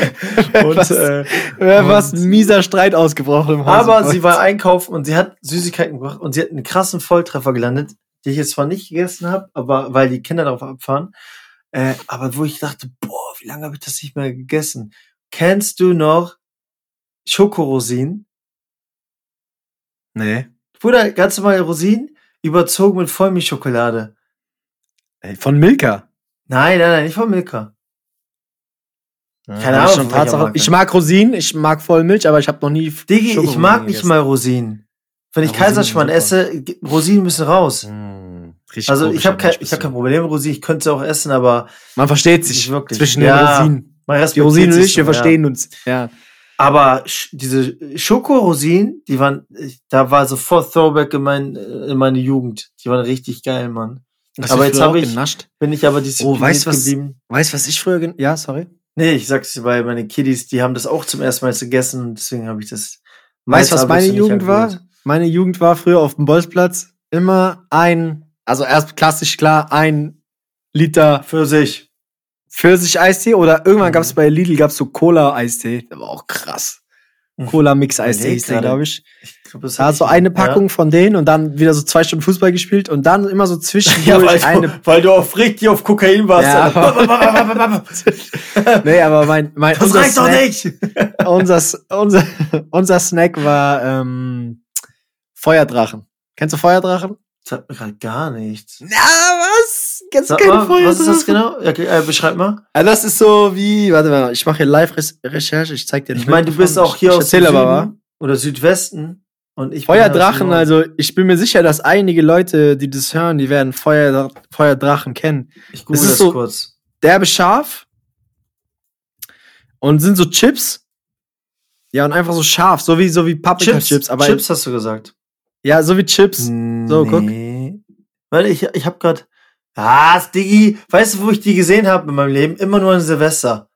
Was ein mieser Streit ausgebrochen im Haus. Aber sie war einkaufen und sie hat Süßigkeiten gebracht und sie hat einen krassen Volltreffer gelandet, die ich jetzt zwar nicht gegessen habe, aber weil die Kinder darauf abfahren. Aber wo ich dachte, boah, wie lange habe ich das nicht mehr gegessen? Kennst du noch Schokorosinen? Nee. Bruder, ganz normale Rosinen, überzogen mit Vollmilchschokolade. Von Milka? Nein, nicht von Milka. Keine Ahnung. Ich mag Rosinen, ich mag Vollmilch, aber ich habe noch nie Digi, ich mag nicht mal Rosinen. Wenn ich Kaiserschmarrn esse, Rosinen müssen raus. Also ich habe kein Problem mit Rosinen, ich könnte sie auch essen, aber... Man versteht sich wirklich zwischen den Rosinen. Die Rosinen und ich, wir verstehen uns. Ja. Aber diese Schokorosinen, die waren, da war sofort Throwback in meine Jugend. Die waren richtig geil, Mann. Aber jetzt bin ich aber diszipliniert geblieben. Weißt du, was ich früher ja, sorry. Nee, ich sag's dir, weil meine Kiddies, die haben das auch zum ersten Mal gegessen und deswegen habe ich das. Weißt du, was meine Jugend war? Meine Jugend war früher auf dem Bolzplatz immer also erst klassisch klar, 1 Liter Pfirsich-Eistee oder irgendwann gab's bei Lidl so Cola-Eistee. Der war auch krass. Cola-Mix-Eistee hieß der, glaube ich. Da so eine Packung von denen und dann wieder so 2 Stunden Fußball gespielt und dann immer so zwischendurch weil du richtig auf Kokain warst. Ja. Nee, aber das reicht doch nicht! unser Snack war Feuerdrachen. Kennst du Feuerdrachen? Das hat mir gerade gar nichts. Na, was? Kennst du keine Feuerdrachen? Was ist das genau? Okay, beschreib mal. Also das ist so wie, warte mal, ich mache hier Live-Recherche, ich zeig dir. Ich meine, du bist auch hier aus Süden oder Südwesten. Und ich Feuerdrachen, also ich bin mir sicher, dass einige Leute, die das hören, die werden Feuerdrachen kennen. Ich google das so kurz. Derbe scharf und sind so Chips. Ja, und einfach so scharf, so wie Paprika-Chips. Aber Chips hast du gesagt. Ja, so wie Chips. So, guck. Weil ich hab grad... Diggi, weißt du, wo ich die gesehen habe in meinem Leben? Immer nur an Silvester.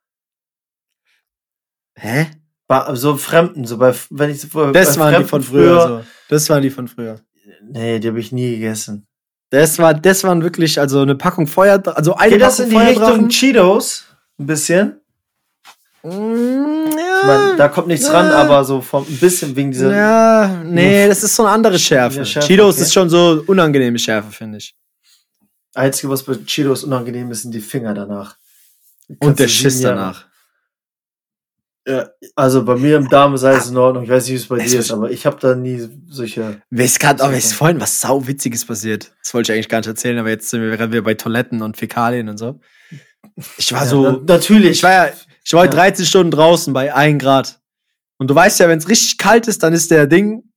Hä? So Fremden, so wenn ich so das waren die von früher. So. Das waren die von früher. Nee, die habe ich nie gegessen. Das waren wirklich, also eine Packung Feuerdrachen, also eine Geht das in die Richtung Cheetos? Ein bisschen? Ja. Ich meine, da kommt nichts ran, aber so ein bisschen wegen dieser... Ja, nee, das ist so eine andere Schärfe. Cheetos ist schon so unangenehme Schärfe, finde ich. Einzige, was bei Cheetos unangenehm ist, sind die Finger danach. Und der Schiss danach. Ja, also bei mir im Darm ist alles in Ordnung. Ich weiß nicht, wie es bei dir ist, aber ich habe da nie solche... Mir ist vorhin was Sauwitziges passiert. Das wollte ich eigentlich gar nicht erzählen, aber jetzt sind wir gerade wieder bei Toiletten und Fäkalien und so. Ich war natürlich. Ich war heute 13 Stunden draußen bei 1 Grad. Und du weißt ja, wenn es richtig kalt ist, dann ist das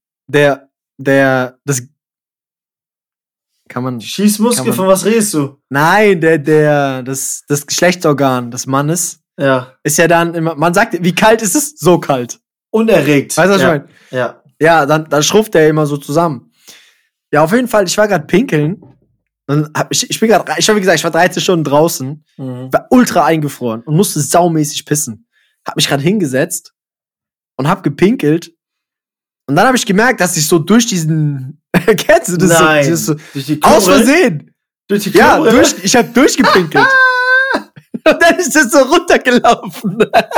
kann man... Schießmuskel, von was redest du? Nein, das Geschlechtsorgan des Mannes. Ja. Ist ja dann immer, man sagt, wie kalt ist es? So kalt. Unerregt. Weißt du, was ich meine? Ja. Ja, dann schrumpft der immer so zusammen. Ja, auf jeden Fall, ich war gerade pinkeln. Dann ich war 13 Stunden draußen, war ultra eingefroren und musste saumäßig pissen. Hab mich gerade hingesetzt und hab gepinkelt. Und dann habe ich gemerkt, dass ich so durch diesen, kennst du das? Nein. So, durch die aus Versehen. Durch die Kurbel? Ja, ich hab durchgepinkelt. Und dann ist das so runtergelaufen.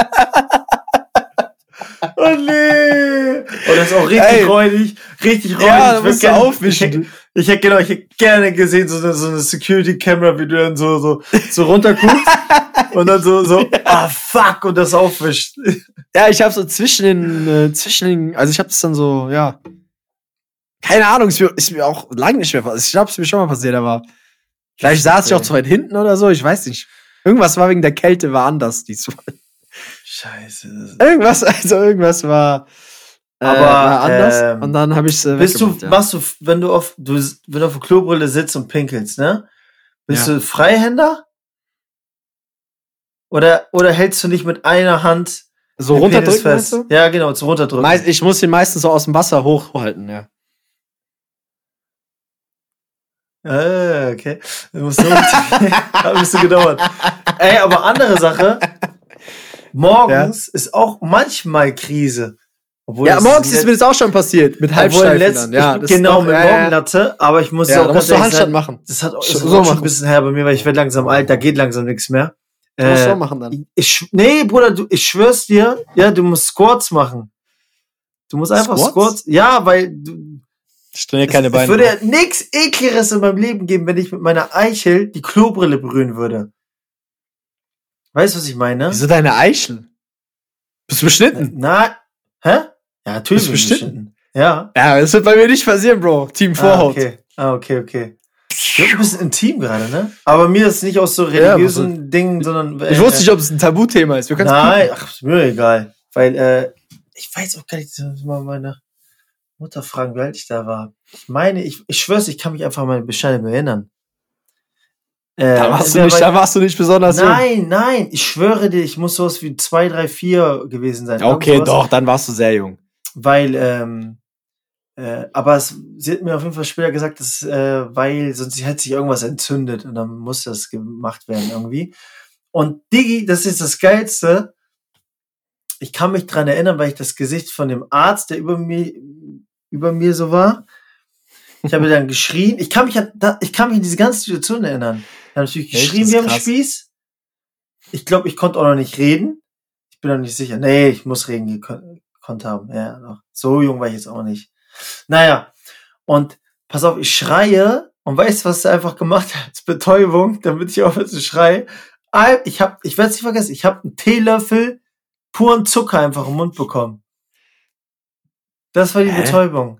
Oh nee. Und das ist auch richtig räudig. Richtig räudig. Ja, da musst du aufwischen. Ich hätte gerne gesehen, so eine Security-Camera, wie du dann so runterguckst und dann so, fuck, und das aufwischt. Ja, ich hab so zwischen den, also ich hab das dann so, ja. Keine Ahnung, ist mir auch lange nicht mehr passiert. Ich glaube, es ist mir schon mal passiert, aber vielleicht saß ich auch zu weit hinten oder so, ich weiß nicht. Irgendwas war wegen der Kälte, war anders diesmal. Scheiße. Irgendwas war anders. Und dann habe ich es machst du, wenn du auf der Klobrille sitzt und pinkelst, ne? Bist du Freihänder? Oder hältst du nicht mit einer Hand so runterdrücken fest? Ja, genau, so runterdrücken. Ich muss ihn meistens so aus dem Wasser hochhalten, ja. Okay. Hat ein bisschen gedauert. Ey, aber andere Sache. Morgens ist auch manchmal Krise. Morgens ist mir das auch schon passiert. Mit Halbsteifen. Genau, mit Morgenlatte. Aber ich muss auch ganz ehrlich sagen, machen. Das hat auch schon ein bisschen her bei mir, weil ich werde langsam alt. Da geht langsam nichts mehr. Du musst so machen dann. Nee, Bruder, ich schwör's dir. Ja, du musst Squats machen. Du musst einfach Squats. Ja, weil ich trainiere keine Beine. Es würde ja nichts Ekligeres in meinem Leben geben, wenn ich mit meiner Eichel die Klobrille berühren würde. Weißt du, was ich meine? Wieso deine Eichel? Bist du beschnitten? Hä? Ja, natürlich bist du beschnitten. Ja. Ja, das wird bei mir nicht passieren, Bro. Team Vorhaut. Okay. Du bist ein bisschen intim gerade, ne? Aber mir ist nicht aus so religiösen Dingen, sondern... ich wusste nicht, ob es ein Tabuthema ist. Nein, ist mir egal. Weil, ich weiß auch gar nicht, das muss mal meine Mutter fragen, wie alt ich da war. Ich meine, ich schwör's, ich kann mich einfach an meine Bescheide erinnern. Da warst du nicht besonders jung. Nein, ich schwöre dir, ich muss sowas wie 2, 3, 4 gewesen sein. Okay, doch, dann warst du sehr jung. Weil, aber sie hat mir auf jeden Fall später gesagt, dass, weil sonst hätte sich irgendwas entzündet und dann muss das gemacht werden irgendwie. Und Diggi, das ist das Geilste. Ich kann mich dran erinnern, weil ich das Gesicht von dem Arzt, der über mir so war, ich habe dann geschrien. Ich kann mich in diese ganze Situation erinnern. Ich habe natürlich geschrien wie am Spieß. Ich glaube, ich konnte auch noch nicht reden. Ich bin noch nicht sicher. Nee, ich muss reden gekonnt haben. Ja, noch. So jung war ich jetzt auch nicht. Naja. Und pass auf, ich schreie und weißt du, was er einfach gemacht hat? Als Betäubung, damit ich aufhöre zu schreien. Ich werde es nicht vergessen. Ich habe einen Teelöffel puren Zucker einfach im Mund bekommen. Das war die Betäubung.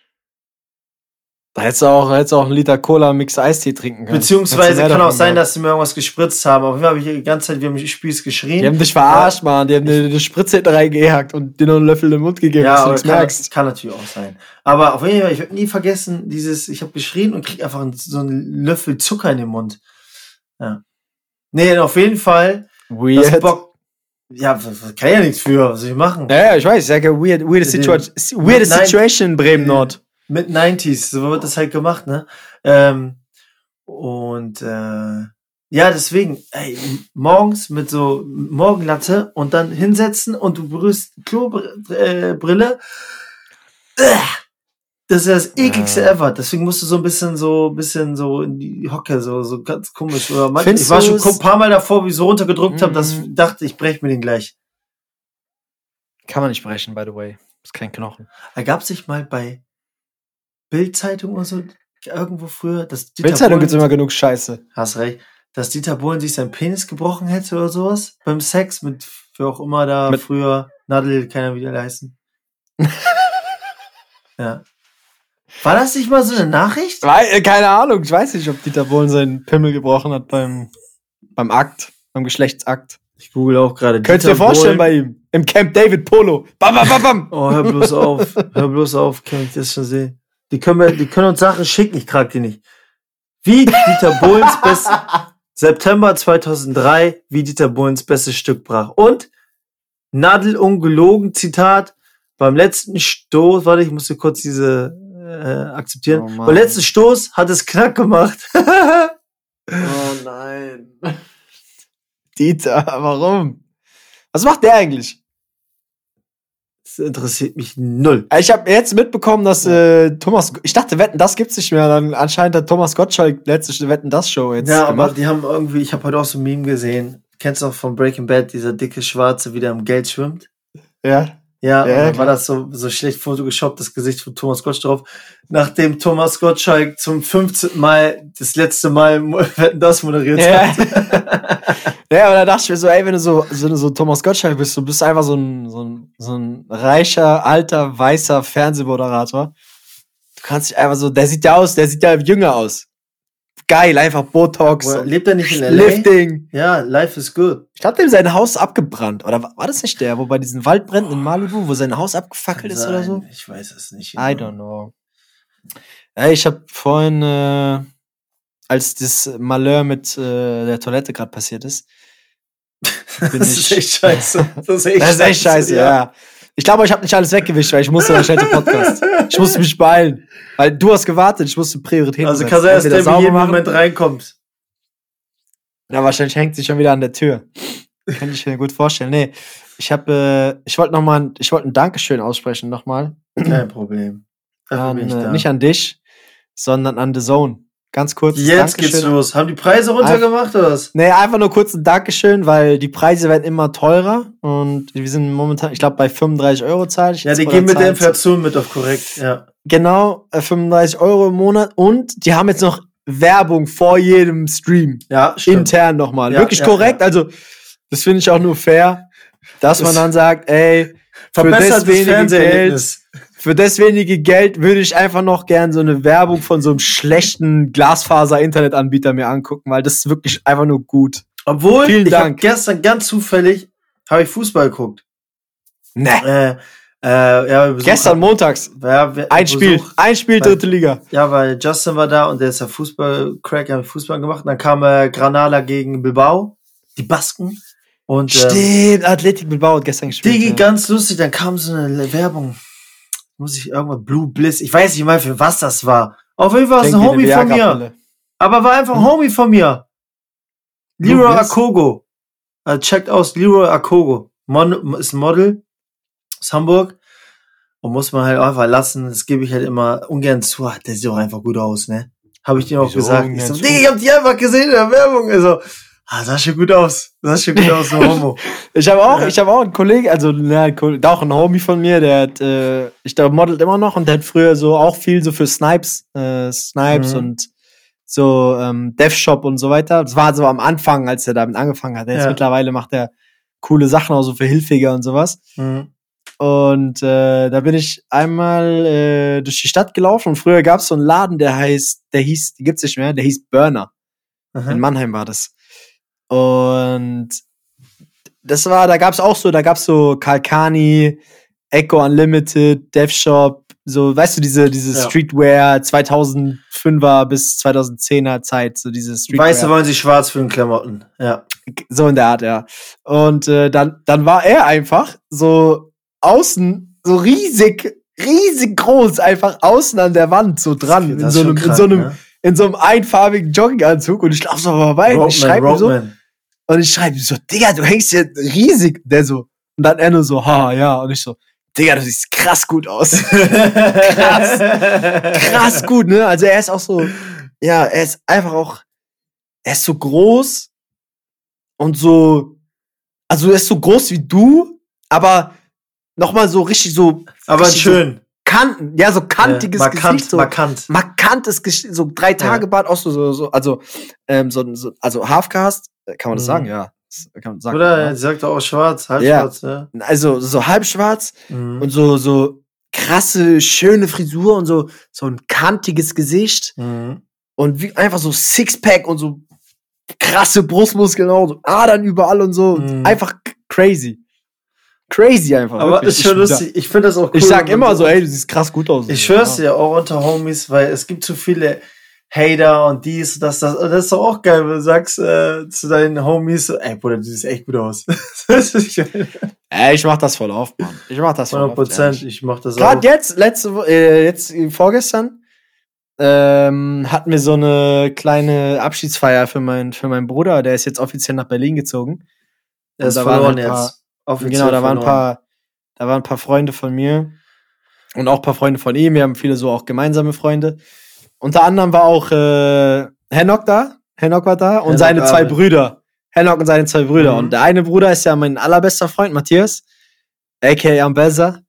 Da hättest du auch einen Liter Cola Mix Eistee trinken können. Beziehungsweise kann auch sein, dass sie mir irgendwas gespritzt haben. Auf jeden Fall habe ich die ganze Zeit wie am Spieß geschrien. Die haben dich verarscht, Mann. Die haben eine Spritze hinten reingehackt und dir noch einen Löffel im Mund gegeben, dass du nichts merkst. Kann natürlich auch sein. Aber auf jeden Fall, ich werde nie vergessen, ich habe geschrien und krieg einfach so einen Löffel Zucker in den Mund. Ja. Nee, auf jeden Fall. Weird. Ja, kann ja nichts für. Was soll ich machen? Ja, ich weiß. Ich sage, weird situation in Bremen Nord. Mit 90s, so wird das halt gemacht, ne? Ja, deswegen, morgens mit so Morgenlatte und dann hinsetzen und du berührst Klobrille. Das ist das ekligste ever. Deswegen musst du so ein bisschen so in die Hocke, so ganz komisch. Ich war schon ein paar Mal davor, wie ich so runtergedrückt habe, dass ich dachte, ich brech mir den gleich. Kann man nicht brechen, by the way. Ist kein Knochen. Gab es nicht mal bei Bild-Zeitung oder so irgendwo früher, dass Bild-Zeitung gibt's immer genug Scheiße. Hast recht. Dass Dieter Bohlen sich seinen Penis gebrochen hätte oder sowas beim Sex mit wer auch immer da früher Nadel, keiner wieder leisten. Ja. War das nicht mal so eine Nachricht? Keine Ahnung, ich weiß nicht, ob Dieter Bohlen seinen Pimmel gebrochen hat beim Akt, beim Geschlechtsakt. Ich google auch gerade. Könnt ihr dir vorstellen bei ihm? Im Camp David Polo. Bam, bam, bam, bam. Oh, hör bloß auf, kann ich das schon sehen. Die können uns Sachen schicken, ich trag die nicht. Wie Dieter Bohlens September 2003, wie Dieter Bohlens bestes Stück brach. Und Nadel ungelogen, Zitat, beim letzten Stoß, warte, ich musste kurz diese akzeptieren. Beim letzten Stoß hat es Knack gemacht. Oh nein. Dieter, warum? Was macht der eigentlich? Das interessiert mich null. Ich habe jetzt mitbekommen, dass ich dachte, Wetten, das gibt's nicht mehr. Dann anscheinend hat Thomas Gottschalk letzte Wetten, das Show jetzt gemacht. Aber die haben irgendwie, ich habe heute auch so ein Meme gesehen. Kennst du auch von Breaking Bad, dieser dicke Schwarze, wie der im Geld schwimmt? Ja. Ja, und dann war das so schlecht photoshoppt, das Gesicht von Thomas Gottschalk drauf. Nachdem Thomas Gottschalk zum 15. Mal, das letzte Mal Wetten, das moderiert hat. Ja, aber da dachte ich mir so, ey, wenn du so Thomas Gottschalk bist, du bist einfach so ein reicher, alter, weißer Fernsehmoderator. Du kannst dich einfach so, der sieht ja jünger aus. Geil, einfach Botox. Lebt er nicht in LA? Lifting. Ja, life is good. Ich glaube, dem sein Haus abgebrannt. Oder war das nicht der, wo bei diesen Waldbränden in Malibu, wo sein Haus abgefackelt ist oder so? Ich weiß es nicht. I don't know. Ja, ich habe vorhin, als das Malheur mit der Toilette gerade passiert ist, das ist echt scheiße. Das ist echt scheiße, ja. Ich glaube, ich habe nicht alles weggewischt, weil ich musste dann schnell zum Podcast. Ich musste mich beeilen. Weil du hast gewartet, ich musste Prioritäten setzen. Also kann sein, dass der in jedem Moment reinkommt. Ja, wahrscheinlich hängt sie schon wieder an der Tür. Kann ich mir gut vorstellen. Nee, ich wollte ein Dankeschön aussprechen nochmal. Kein Problem. Nicht an dich, sondern an The Zone. Ganz kurz. Jetzt geht's los. Haben die Preise runtergemacht oder was? Nee, einfach nur kurz ein Dankeschön, weil die Preise werden immer teurer und wir sind momentan, ich glaube, bei 35 € zahle ich. Ja, die gehen mit der Inflation mit auf korrekt, ja. Genau, 35 € im Monat und die haben jetzt noch Werbung vor jedem Stream. Ja, stimmt. Intern nochmal. Ja, wirklich korrekt, also das finde ich auch nur fair, dass man dann sagt, ey, für das wenige Geld würde ich einfach noch gern so eine Werbung von so einem schlechten Glasfaser-Internetanbieter mir angucken, weil das ist wirklich einfach nur gut. Obwohl, Vielen Dank. Gestern ganz zufällig habe ich Fußball geguckt. Ne. Ja, gestern montags. Ja, ein Spiel, dritte Liga. Ja, weil Justin war da und der ist ja Fußball-Crack, haben Fußball gemacht. Und dann kam Granada gegen Bilbao, die Basken. Und, stimmt, Athletic Bilbao hat gestern gespielt. Digi, ganz lustig, dann kam so eine Werbung. Muss ich irgendwann Blue Bliss, ich weiß nicht mal für was das war. Auf jeden Fall ist ein Homie von mir. Aber war einfach ein Homie von mir. Leroy Akogo. Checkt aus, Leroy Akogo. Ist ein Model aus Hamburg. Und muss man halt einfach lassen, das gebe ich halt immer ungern zu. Der sieht auch einfach gut aus, ne? Habe ich dir auch gesagt. Ich so, ich hab die einfach gesehen in der Werbung. Also, sah schon gut aus. So Homo. Ich habe auch einen Kollegen, also auch ein Homie von mir, der hat, modelt immer noch und der hat früher so auch viel so für Snipes und so DevShop und so weiter. Das war so am Anfang, als er damit angefangen hat. Jetzt mittlerweile macht er coole Sachen auch so für Hilfiger und sowas. Mhm. Und da bin ich einmal durch die Stadt gelaufen und früher gab es so einen Laden, die gibt's nicht mehr, der hieß Burner. In Mannheim war das. Und da gab's so Kalkani, Echo Unlimited, DevShop, so, weißt du, diese Streetwear 2005er bis 2010er Zeit, so diese Streetwear. Weiße wollen sie schwarz für den Klamotten, ja. So in der Art, ja. Und dann war er einfach so außen, so riesig groß, einfach außen an der Wand so dran, in so einem einfarbigen Jogginganzug und ich laufe so vorbei und ich schreibe so, Digga, du hängst hier riesig. Der so, und dann er nur so, haha, ja. Und ich so, Digga, du siehst krass gut aus. krass gut, ne? Also er ist auch so, ja, er ist einfach auch, er ist so groß und so, also er ist so groß wie du, aber nochmal so richtig so. Aber richtig schön. So so kantiges Gesicht. So markantes Gesicht, so 3 Tage Bart, auch so, also Halfcast, kann man das sagen? Ja. Kann man sagen, oder, sie sagt auch schwarz, halbschwarz, ja. Also, so halbschwarz und so krasse, schöne Frisur und so ein kantiges Gesicht und wie einfach so Sixpack und so krasse Brustmuskeln auch, so Adern überall und so. Einfach crazy. Crazy einfach. Aber wirklich. Ist schon lustig. Ich finde das auch cool. Ich sag immer so, ey, du siehst krass gut aus. Ich schwör's dir auch unter Homies, weil es gibt zu viele Hater und dies, das. Und das ist doch auch geil, wenn du sagst zu deinen Homies, so, ey, Bruder, du siehst echt gut aus. Ich mach das voll oft, Mann. Ich mach das voll 100%, oft. Ich mach das auch. Gerade jetzt vorgestern, hatten wir so eine kleine Abschiedsfeier für meinen Bruder, der ist jetzt offiziell nach Berlin gezogen. Der ist verloren jetzt. Genau, da waren ein paar Freunde von mir und auch ein paar Freunde von ihm. Wir haben viele so auch gemeinsame Freunde. Unter anderem war auch Henok da. Henok war da und seine 2 Brüder. Henok und seine 2 Brüder. Und der eine Bruder ist ja mein allerbester Freund, Matthias, a.k.a. Ambeza.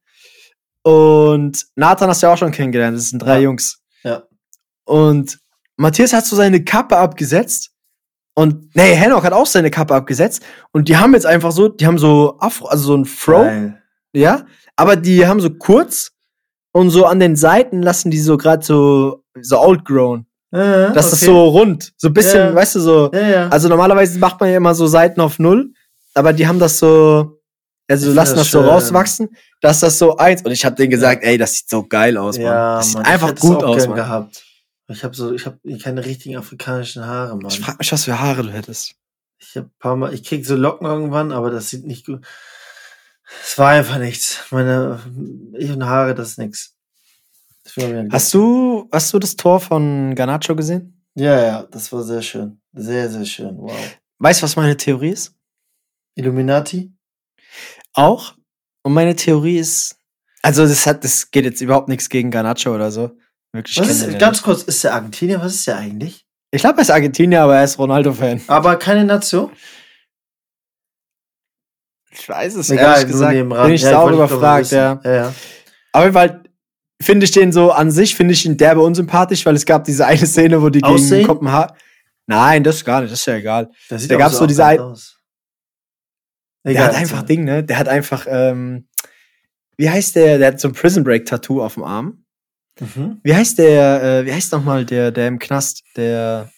Und Nathan hast du ja auch schon kennengelernt. Das sind 3 Jungs. Ja. Und Matthias hat so seine Kappe abgesetzt. Und, Henok hat auch seine Kappe abgesetzt. Und die haben jetzt einfach so, die haben so Afro, also so ein Fro. Geil. Ja. Aber die haben so kurz und so an den Seiten lassen die so gerade so outgrown. Das ist so rund. So ein bisschen, weißt du, so. Ja. Also normalerweise macht man ja immer so Seiten auf 0. Aber die haben das so, also lassen das so rauswachsen. Dass das so 1. Und ich hab denen gesagt, ey, das sieht so geil aus, Mann. Ja, das sieht einfach gut aus, Mann. Gehabt. Ich hab keine richtigen afrikanischen Haare, Mann. Ich frag mich, was für Haare du hättest. Ich krieg so Locken irgendwann, aber das sieht nicht gut. Es war einfach nichts. Ich und Haare, das ist nix. Hast du das Tor von Garnacho gesehen? Ja, das war sehr schön. Sehr, sehr schön. Wow. Weißt du, was meine Theorie ist? Illuminati? Auch. Und meine Theorie ist, also das geht jetzt überhaupt nichts gegen Garnacho oder so. Wirklich. Ganz kurz, ist der Argentinier? Was ist der eigentlich? Ich glaube, er ist Argentinier, aber er ist Ronaldo-Fan. Aber keine Nation? Ich weiß es ehrlich gesagt. Bin ich sauer überfragt, ja. Aber weil finde ich den so an sich, finde ich ihn derbe unsympathisch, weil es gab diese eine Szene, wo die gegen Kopenhagen. Nein, das gar nicht, das ist ja egal. Da gab es so diese eine. Der hat einfach Ding, ne? Der hat einfach, wie heißt der? Der hat so ein Prison Break Tattoo auf dem Arm. Wie heißt nochmal der im Knast, der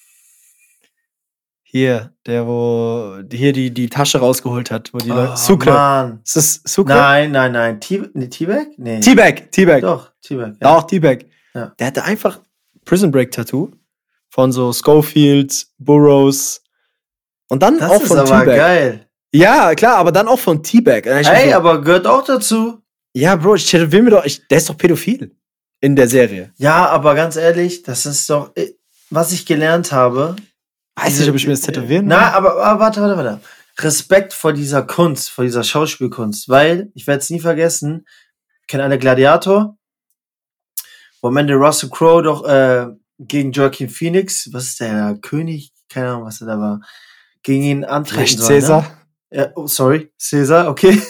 wo die Tasche rausgeholt hat, wo die Leute. Sucre. Mann. Ist das Sucre? Nein. T-Bag? Nee. T-Bag. Doch, T-Bag. Ja. Auch T-Bag. Ja. Der hatte einfach Prison Break Tattoo von so Schofield, Burroughs und dann das auch von T-Bag. Das ist aber geil. Ja, klar, aber dann auch von T-Bag. Ey, aber gehört auch dazu. Ja, Bro, der ist doch pädophil in der Serie. Ja, aber ganz ehrlich, das ist doch, was ich gelernt habe. Weiß nicht, ob ich mir das tätowieren will. Na, aber warte. Respekt vor dieser Kunst, vor dieser Schauspielkunst, weil, ich werde es nie vergessen, kennen alle Gladiator, wo am Ende Russell Crowe doch gegen Joaquin Phoenix, was ist der König, keine Ahnung, was er da war, gegen ihn antreten soll. Cäsar? Ne? Ja, oh, sorry, Cäsar, okay.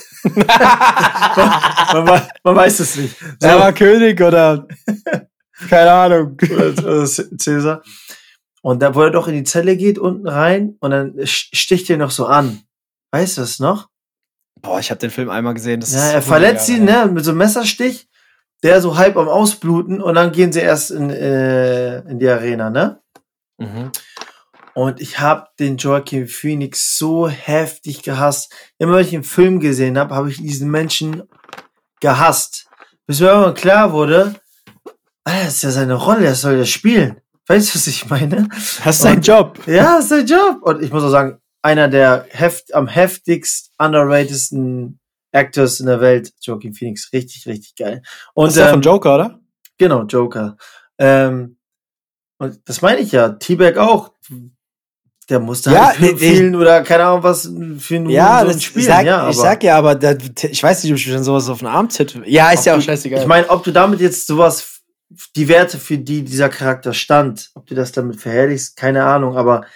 man weiß es nicht. So. Er war König oder keine Ahnung. Oder Cäsar. Und da, wo er doch in die Zelle geht, unten rein, und dann sticht er noch so an. Weißt du das noch? Boah, ich habe den Film einmal gesehen. Er verletzt ihn, ne, mit so einem Messerstich, der so halb am Ausbluten, und dann gehen sie erst in die Arena, ne? Mhm. Und ich habe den Joaquin Phoenix so heftig gehasst. Immer wenn ich einen Film gesehen habe ich diesen Menschen gehasst. Bis mir irgendwann klar wurde, das ist ja seine Rolle, er soll ja spielen. Weißt du, was ich meine? Das ist sein Job. Ja, das ist sein Job. Und ich muss auch sagen, einer der am heftigst underratedsten Actors in der Welt, Joaquin Phoenix. Richtig, richtig geil. Und, das ist der von Joker, oder? Genau, Joker. Und das meine ich ja. T-Bag auch. Der musste halt vielen oder keine Ahnung was für einen spielen. Ich sag ja, aber ich weiß nicht, ob ich schon sowas auf den Arm tätowiere. Ja, ist ja auch scheißegal. Ich meine, ob du damit jetzt sowas, die Werte, für die dieser Charakter stand, ob du das damit verherrlichst, keine Ahnung, aber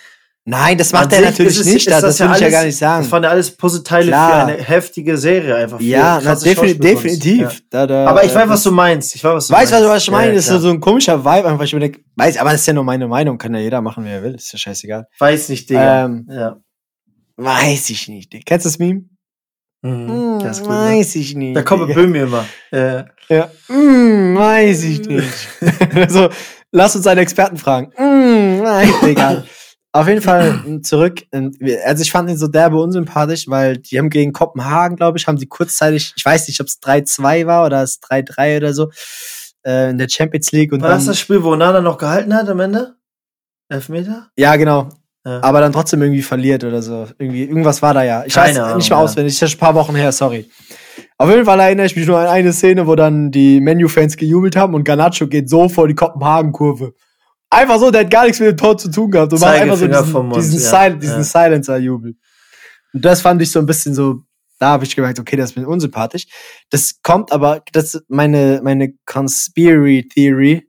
Nein, das macht er natürlich nicht. Das will ich ja gar nicht sagen. Das waren ja alles Puzzleteile für eine heftige Serie einfach. Ja, definitiv. Ja. Aber ich weiß, was du meinst. Was ich meine? Das ist so ein komischer Vibe einfach. Ich denke, aber das ist ja nur meine Meinung. Kann ja jeder machen, wie er will. Ist ja scheißegal. Weiß nicht, Digga. Weiß ich nicht. Kennst du das Meme? Das gut, weiß ich nicht. Da kommt Böhm mir immer. Ja. Weiß ich nicht. So, lass uns einen Experten fragen. Nein, egal. Auf jeden Fall zurück. Also ich fand ihn so derbe unsympathisch, weil die haben gegen Kopenhagen, glaube ich, haben die kurzzeitig, ich weiß nicht, ob es 3-2 war oder es 3-3 oder so, in der Champions League. Und war das das Spiel, wo Nana noch gehalten hat am Ende? Elfmeter? Ja, genau. Ja. Aber dann trotzdem irgendwie verliert oder so. Irgendwas war da ja. Ich weiß nicht mehr auswendig. Das ist schon ein paar Wochen her, sorry. Auf jeden Fall erinnere ich mich nur an eine Szene, wo dann die Man-U-Fans gejubelt haben und Garnacho geht so vor die Kopenhagen-Kurve. Einfach so, der hat gar nichts mit dem Tor zu tun gehabt. Und macht einfach so diesen Silencer-Jubel. Und das fand ich so ein bisschen so, da habe ich gemerkt, okay, das ist mir unsympathisch. Das kommt aber, das ist meine Conspiracy Theory,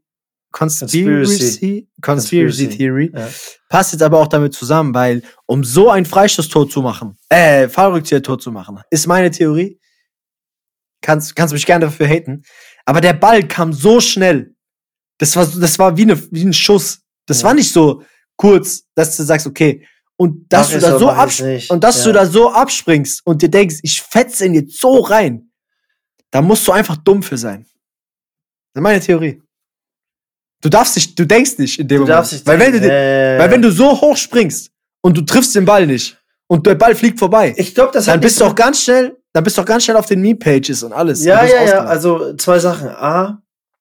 ja. Passt jetzt aber auch damit zusammen, weil um so ein Freistoßtor zu machen, Fallrückzieher-Tor zu machen, ist meine Theorie. Kannst mich gerne dafür haten. Aber der Ball kam so schnell. Das war wie ein Schuss. Das war nicht so kurz, dass du sagst, okay, und dass du da so da so abspringst und dir denkst, ich fetze ihn jetzt so rein. Da musst du einfach dumm für sein. Das ist meine Theorie. Du denkst nicht in dem Moment. Weil wenn du so hoch springst und du triffst den Ball nicht und der Ball fliegt vorbei, ich glaube, dann bist du auch ganz schnell auf den Meme-Pages und alles. Ja, also 2 Sachen. A,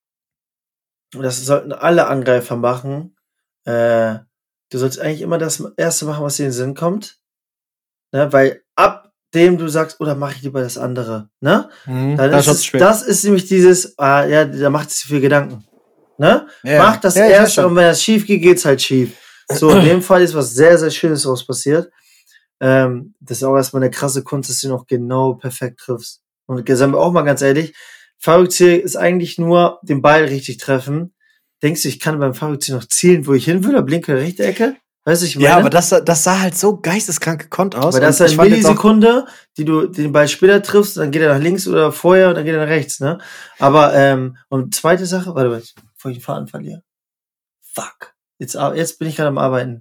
das sollten alle Angreifer machen. Du sollst eigentlich immer das Erste machen, was dir in den Sinn kommt. Ne? Weil ab dem du sagst, oder mache ich lieber das andere, ne? Dann das ist nämlich dieses, da macht es viel Gedanken. Ne? Ja, mach das Erste und wenn das schief geht, geht's halt schief. So, in dem Fall ist was sehr, sehr Schönes daraus passiert. Das ist auch erstmal eine krasse Kunst, dass du noch genau perfekt triffst. Und sagen wir auch mal ganz ehrlich, Fallrückzieher ist eigentlich nur den Ball richtig treffen. Denkst du, ich kann beim Fallrückzieher noch zielen, wo ich hin will, oder blinke in der rechte Ecke? Weißt du, ich meine? Ja, aber das sah halt so geisteskrank gekonnt aus. Weil das ist eine Millisekunde, die du den Ball später triffst, dann geht er nach links oder vorher und dann geht er nach rechts, ne? Aber, und zweite Sache, warte, bevor ich den Faden verliere. Fuck. Jetzt bin ich gerade am Arbeiten.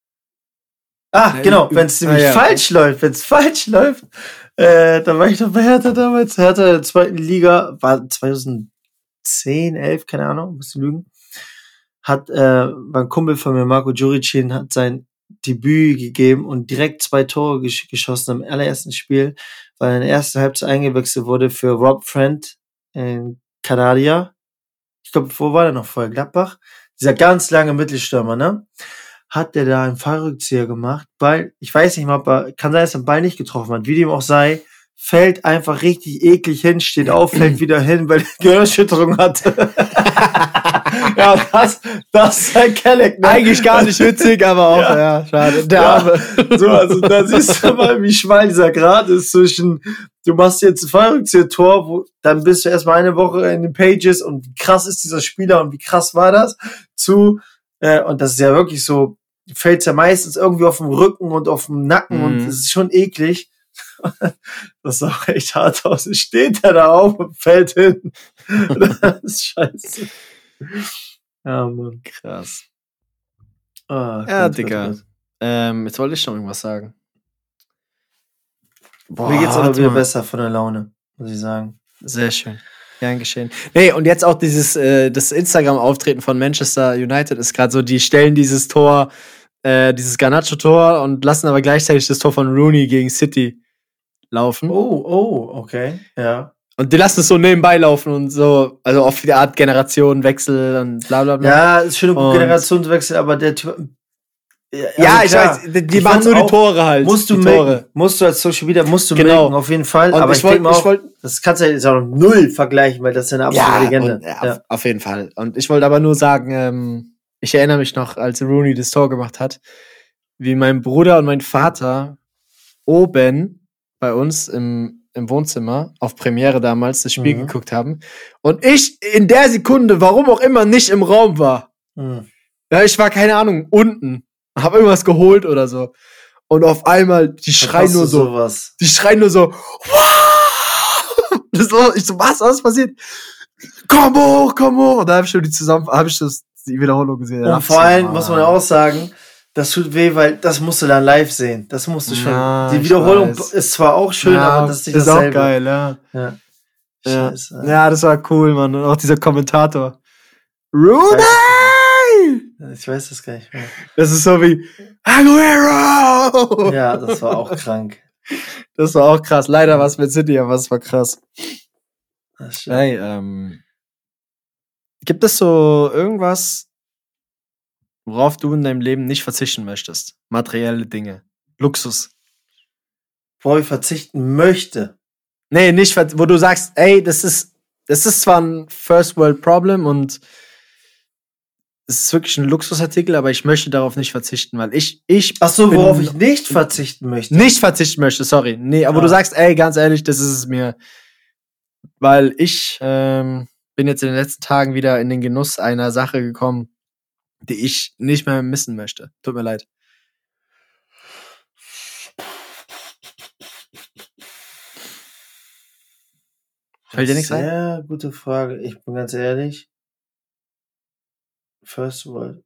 Genau, wenn es nämlich falsch läuft, dann war ich doch bei Hertha damals. Hertha in der 2. Liga, war 2010, 11, keine Ahnung, muss ich lügen. War ein Kumpel von mir, Marco Juricin, hat sein Debüt gegeben und direkt 2 Tore geschossen am allerersten Spiel, weil er in der ersten Halbzeit eingewechselt wurde für Rob Friend in Kanadier. Ich glaube, wo war der noch vorher? Gladbach? Dieser ganz lange Mittelstürmer, ne? Hat der da einen Fallrückzieher gemacht, Ball, ich weiß nicht mal, kann sein, dass er den Ball nicht getroffen hat, wie dem auch sei, fällt einfach richtig eklig hin, steht auf, fällt wieder hin, weil er Gehirnerschütterung hatte. Ja, das ist ein Kelleck, ne? Eigentlich gar nicht witzig, aber auch, ja schade. Der Arme. So, also da siehst du mal, wie schmal dieser Grad ist zwischen, du machst jetzt ein Fallrückzieher-Tor, dann bist du erstmal eine Woche in den Pages und wie krass ist dieser Spieler und wie krass war das, und das ist ja wirklich so, fällt ja meistens irgendwie auf dem Rücken und auf dem Nacken und das ist schon eklig. Das sah auch echt hart aus. Steht er da auf und fällt hin. Das ist scheiße. Ja, Mann. Krass. Ja, Digga. Jetzt wollte ich schon irgendwas sagen. Boah, mir geht's aber wieder besser von der Laune, muss ich sagen. Sehr schön. Gern geschehen. Nee, und jetzt auch das Instagram-Auftreten von Manchester United ist gerade so, die stellen dieses Tor, dieses Garnacho-Tor und lassen aber gleichzeitig das Tor von Rooney gegen City laufen. Oh, okay, ja. Und die lassen es so nebenbei laufen und so, also auf die Art Generationenwechsel und bla bla bla. Ja, ist schön Generationswechsel, aber der Typ. Ja, ich weiß, die machen nur die Tore halt. Musst du als Social Media, melden, auf jeden Fall. Und aber ich denke auch, das kannst du ja jetzt auch noch null vergleichen, weil das ist eine absolute Legende. Auf jeden Fall. Und ich wollte aber nur sagen, ich erinnere mich noch, als Rooney das Tor gemacht hat, wie mein Bruder und mein Vater oben bei uns im Wohnzimmer auf Premiere damals das Spiel geguckt haben und ich in der Sekunde, warum auch immer, nicht im Raum war. Ja, ich war, keine Ahnung, unten. hab irgendwas geholt oder so. Und auf einmal, die schreien nur so. Sowas. Die schreien nur so. Ich so, was ist passiert? Komm hoch. Und da habe ich schon die Wiederholung gesehen. Und vor allem muss man auch sagen, das tut weh, weil das musst du dann live sehen. Das musst du schon. Die Wiederholung ist zwar auch schön, aber das ist nicht dasselbe. Ist auch geil, ja. Scheiße. Ja, das war cool, Mann. Und auch dieser Kommentator. Rudy! Ich weiß das gar nicht mehr. Das ist so wie Aguero! Ja, das war auch krank. Das war auch krass. Leider war es mit City, aber es war krass. Hey, gibt es so irgendwas, worauf du in deinem Leben nicht verzichten möchtest? Materielle Dinge. Luxus. Worauf ich verzichten möchte? Nee, nicht, wo du sagst, ey, das ist zwar ein First World Problem und es ist wirklich ein Luxusartikel, aber ich möchte darauf nicht verzichten, weil ich Ach so, worauf ich nicht verzichten möchte? Nicht verzichten möchte, sorry. Nee, aber du sagst, ey, ganz ehrlich, das ist es mir. Weil ich bin jetzt in den letzten Tagen wieder in den Genuss einer Sache gekommen, die ich nicht mehr missen möchte. Tut mir leid. Fällt dir nichts ein? Sehr gute Frage. Ich bin ganz ehrlich. First World.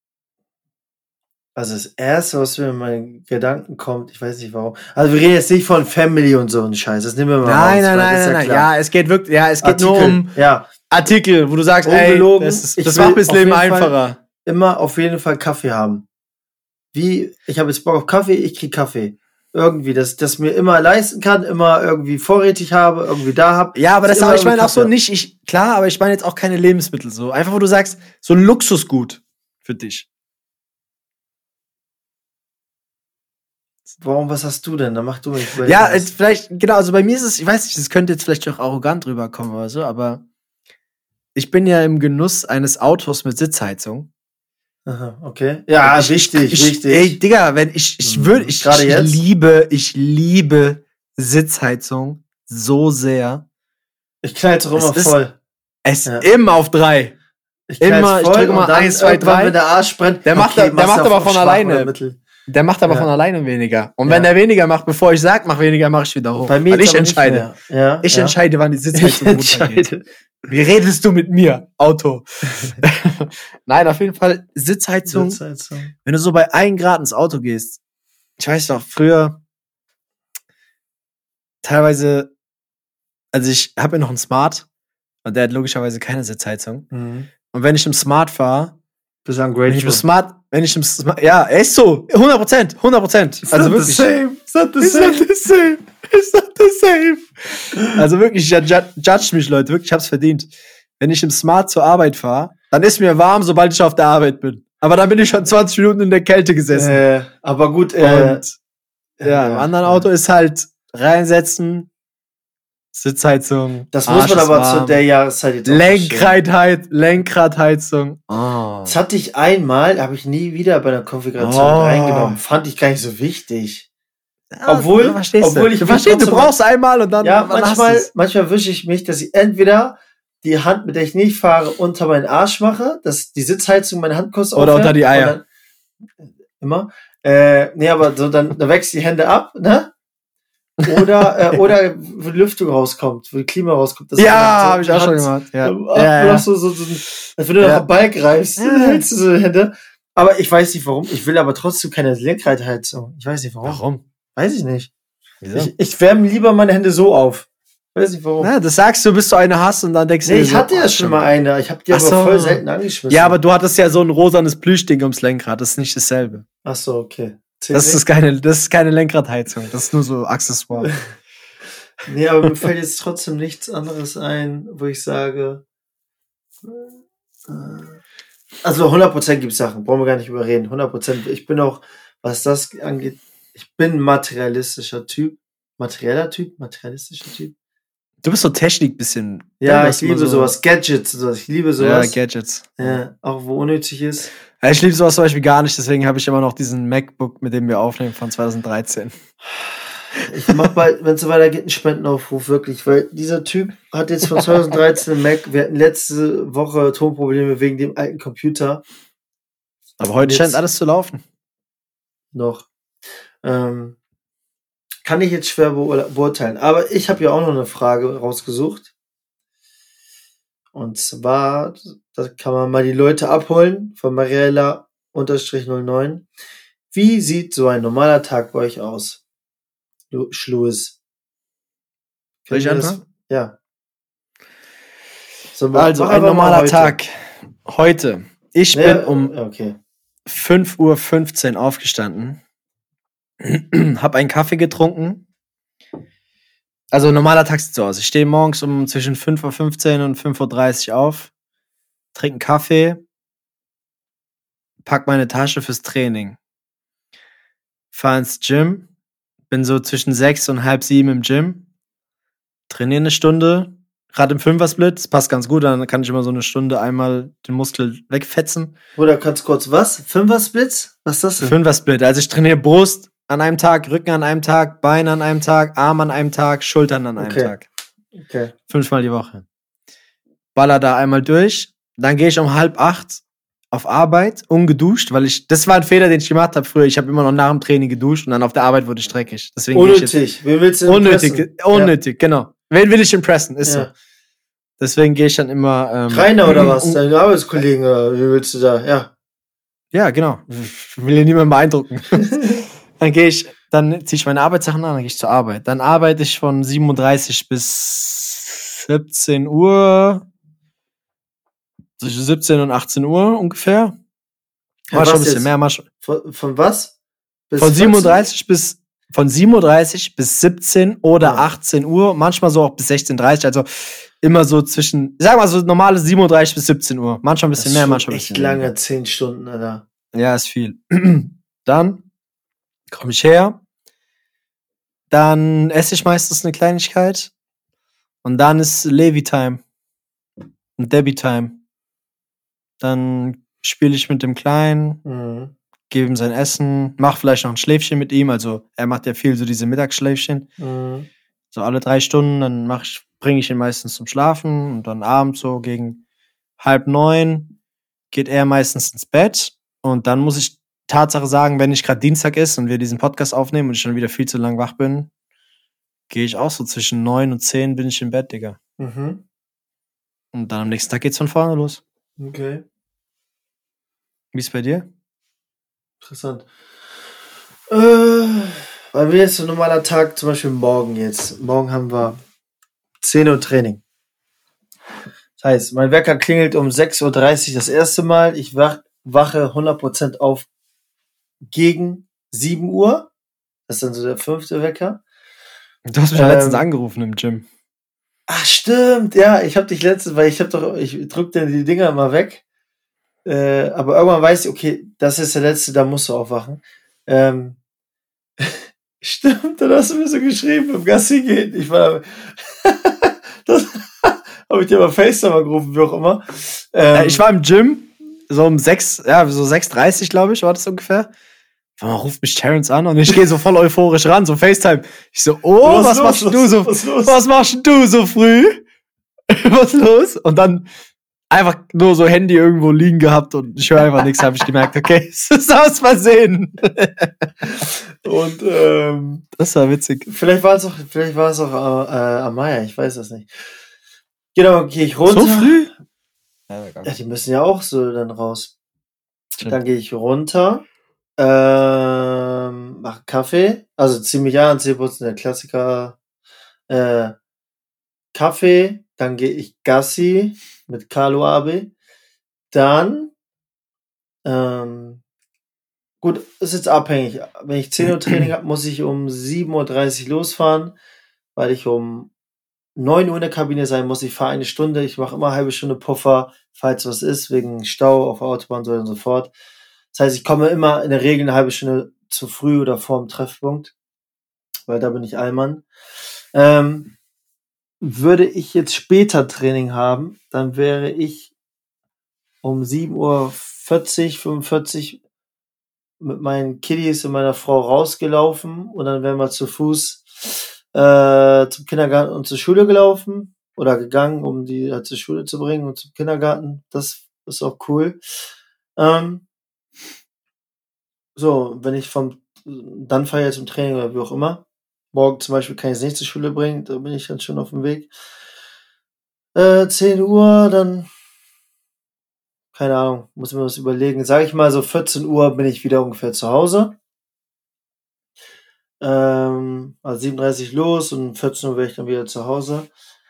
Also das Erste, was mir in meinen Gedanken kommt, ich weiß nicht warum. Also wir reden jetzt nicht von Family und so einen Scheiß. Das nehmen wir mal raus. Nein. Ja, es geht wirklich, es geht nur um Artikel, wo du sagst, ungelogen, ey, das macht mir das Leben einfacher. Immer auf jeden Fall Kaffee haben. Ich habe jetzt Bock auf Kaffee, ich krieg Kaffee. Irgendwie, dass mir immer leisten kann, immer irgendwie vorrätig habe, irgendwie da habe. Ja, aber das auch, ich meine auch so nicht, klar, aber ich meine jetzt auch keine Lebensmittel so. Einfach, wo du sagst, so ein Luxusgut für dich. Warum, was hast du denn? Dann mach du mich. Ja, vielleicht, genau, also bei mir ist es, ich weiß nicht, das könnte jetzt vielleicht auch arrogant rüberkommen oder so, aber ich bin ja im Genuss eines Autos mit Sitzheizung. Aha, okay. Ja, wichtig. Ey, Digga, wenn ich liebe Sitzheizung so sehr. Ich knall doch immer voll. Immer auf 3. Ich drücke mal 1, 2, 3. Wenn der Arsch brennt. Der macht aber von alleine. Der macht aber von alleine weniger. Und wenn der weniger macht, bevor ich sag, mach weniger, mach ich wieder hoch. Bei mir ich entscheide. Ich entscheide, wann die Sitzheizung runtergeht. Wie redest du mit mir, Auto? Nein, auf jeden Fall Sitzheizung. Wenn du so bei 1 Grad ins Auto gehst. Ich weiß noch, früher teilweise, also ich habe ja noch einen Smart und der hat logischerweise keine Sitzheizung. Mhm. Und wenn ich im Smart fahre, wenn ich im Smart, ja, ist so, 100%. Also wirklich. It's not the same. Also wirklich, judge mich, Leute, wirklich, ich hab's verdient. Wenn ich im Smart zur Arbeit fahre, dann ist mir warm, sobald ich auf der Arbeit bin. Aber dann bin ich schon 20 Minuten in der Kälte gesessen. Aber gut, im anderen Auto ist halt reinsetzen, Sitzheizung. Das muss man aber zu der Jahreszeit jetzt auch Lenkradheizung. Oh. Das hatte ich einmal, habe ich nie wieder bei der Konfiguration reingenommen. Fand ich gar nicht so wichtig. Ja, obwohl du brauchst einmal und dann. Ja, manchmal wünsche ich mich, dass ich entweder die Hand, mit der ich nicht fahre, unter meinen Arsch mache, dass die Sitzheizung meine Hand kurz aufhört. Oder unter die Eier. Immer. Nee, aber so, dann wechseln die Hände ab, ne? Oder wo die Lüftung rauskommt, wo die Klima rauskommt. Habe ich auch schon gemacht. Ja. So, als wenn du noch am Ball greifst, hältst du so die Hände. Aber ich weiß nicht warum. Ich will aber trotzdem keine Lenkradheizung. Ich weiß nicht warum. Warum? Weiß ich nicht. Wieso? Ich wärme lieber meine Hände so auf. Weiß nicht warum. Ja, das sagst du, bis du eine hast und dann denkst du. Nee, ich hatte ja schon mal eine. Ich habe die aber voll selten angeschmissen. Ja, aber du hattest ja so ein rosanes Plüschding ums Lenkrad. Das ist nicht dasselbe. Ach so, okay. Das ist keine Lenkradheizung. Das ist nur so Accessoire. Nee, aber mir fällt jetzt trotzdem nichts anderes ein, wo ich sage, also 100% gibt's Sachen, brauchen wir gar nicht überreden. 100%. Ich bin auch, was das angeht, ich bin materialistischer Typ. Du bist so Technik bisschen. Ja, ich liebe sowas. Gadgets und sowas. Ich liebe sowas. Ja, Gadgets. Ja, auch wo unnötig ist. Ja, ich liebe sowas zum Beispiel gar nicht, deswegen habe ich immer noch diesen MacBook, mit dem wir aufnehmen, von 2013. Ich mach bald, wenn es so weitergeht, einen Spendenaufruf, wirklich, weil dieser Typ hat jetzt von 2013 einen Mac. Wir hatten letzte Woche Tonprobleme wegen dem alten Computer. Aber heute scheint alles zu laufen. noch. Kann ich jetzt schwer beurteilen. Aber ich habe ja auch noch eine Frage rausgesucht. Und zwar, da kann man mal die Leute abholen, von Mariella_09. Wie sieht so ein normaler Tag bei euch aus? Louis. Soll ich anfangen? Ja. So, also, ein normaler Tag. Heute. Ich bin um 5:15 Uhr aufgestanden. Hab einen Kaffee getrunken. Also normaler Tag sieht so aus. Ich stehe morgens zwischen 5:15 Uhr und 5:30 Uhr auf, trinke einen Kaffee, pack meine Tasche fürs Training, fahr ins Gym, bin so zwischen 6 und halb 7 im Gym, trainiere eine Stunde, gerade im Fünfer-Split, das passt ganz gut, dann kann ich immer so eine Stunde einmal den Muskel wegfetzen. Oder kannst kurz was? Fünfer-Splits? Was ist das denn? Fünfer-Split, also ich trainiere Brust an einem Tag, Rücken an einem Tag, Beine an einem Tag, Arm an einem Tag, Schultern an einem Tag. Okay. 5-mal die Woche. Baller da einmal durch. Dann gehe ich um 7:30 auf Arbeit, ungeduscht, weil das war ein Fehler, den ich gemacht habe früher. Ich habe immer noch nach dem Training geduscht und dann auf der Arbeit wurde ich dreckig. Deswegen unnötig. Wen willst du impressen? Unnötig, genau. Wen will ich impressen? Ist so. Deswegen gehe ich dann immer... Rainer oder was? Deine Arbeitskollegen oder wie willst du da? Ja. Ja, genau. Ich will ja niemanden beeindrucken. Dann ziehe ich meine Arbeitssachen an, dann gehe ich zur Arbeit. Dann arbeite ich von 7:30 Uhr bis 17 Uhr. Zwischen 17 und 18 Uhr ungefähr. Mal schon ein bisschen mehr. Von was? Von 7:30 Uhr bis 17 oder 18 Uhr. Manchmal so auch bis 16:30 Uhr. Also immer so zwischen, sag mal so normale 7:30 Uhr bis 17 Uhr. Manchmal ein bisschen mehr, manchmal ein bisschen echt lange, 10 Stunden, Alter. Ja, ist viel. Dann komme ich her. Dann esse ich meistens eine Kleinigkeit. Und dann ist Levi-Time. Und Debbie-Time. Dann spiele ich mit dem Kleinen, gebe ihm sein Essen, mach vielleicht noch ein Schläfchen mit ihm. Also er macht ja viel so diese Mittagsschläfchen. So alle 3 Stunden, dann bringe ich ihn meistens zum Schlafen. Und dann abends so gegen 8:30 geht er meistens ins Bett. Und dann muss ich Tatsache sagen, wenn nicht gerade Dienstag ist und wir diesen Podcast aufnehmen und ich schon wieder viel zu lang wach bin, gehe ich auch so zwischen 9 und 10 bin ich im Bett, Digga. Und dann am nächsten Tag geht's von vorne los. Okay. Wie ist bei dir? Interessant. Bei mir ist so ein normaler Tag, zum Beispiel morgen jetzt. Morgen haben wir 10 Uhr Training. Das heißt, mein Wecker klingelt um 6:30 Uhr das erste Mal. Ich wache 100% auf gegen 7 Uhr. Das ist dann so der 5. Wecker. Du hast mich ja letztens angerufen im Gym. Ach, stimmt. Ja, ich habe dich letztens, weil ich drück dir die Dinger immer weg. Aber irgendwann weiß ich, okay, das ist der letzte, da musst du aufwachen. Stimmt, dann hast du mir so geschrieben, im Gassi gehen. Ich war das habe ich dir mal FaceTime angerufen, wie auch immer. Ich war im Gym, so um 6:30 glaube ich, war das ungefähr. Man ruft mich Terrence an und ich gehe so voll euphorisch ran, so FaceTime. Ich so, was machst du so früh? Was los? Und dann einfach nur so Handy irgendwo liegen gehabt und ich höre einfach nichts, habe ich gemerkt, okay, es ist aus Versehen. Und das war witzig. Vielleicht war es auch Amaya, ich weiß das nicht. Genau, gehe ich runter. So früh? Ja, die müssen ja auch so dann raus. Stimmt. Dann gehe ich runter, mache Kaffee, also zieh mich an, Zähneputzen, der Klassiker, Kaffee, dann gehe ich Gassi mit Carlo Abe, dann gut, ist jetzt abhängig. Wenn ich 10 Uhr Training habe, muss ich um 7:30 Uhr losfahren, weil ich um 9 Uhr in der Kabine sein muss. Ich fahre 1 Stunde, ich mache immer eine halbe Stunde Puffer, falls was ist, wegen Stau auf der Autobahn so und so fort. Das heißt, ich komme immer in der Regel eine halbe Stunde zu früh oder vor dem Treffpunkt, weil da bin ich Allmann. Würde ich jetzt später Training haben, dann wäre ich um 7:40 Uhr, 45 mit meinen Kiddies und meiner Frau rausgelaufen und dann wären wir zu Fuß zum Kindergarten und zur Schule gelaufen oder gegangen, um die zur Schule zu bringen und zum Kindergarten. Das ist auch cool. So, wenn ich vom dann fahre ich ja zum Training oder wie auch immer. Morgen zum Beispiel kann ich es nicht zur Schule bringen, da bin ich dann schon auf dem Weg. 10 Uhr, dann, keine Ahnung, muss mir was überlegen. Sag ich mal, so 14 Uhr bin ich wieder ungefähr zu Hause. Also 37 los und 14 Uhr wäre ich dann wieder zu Hause.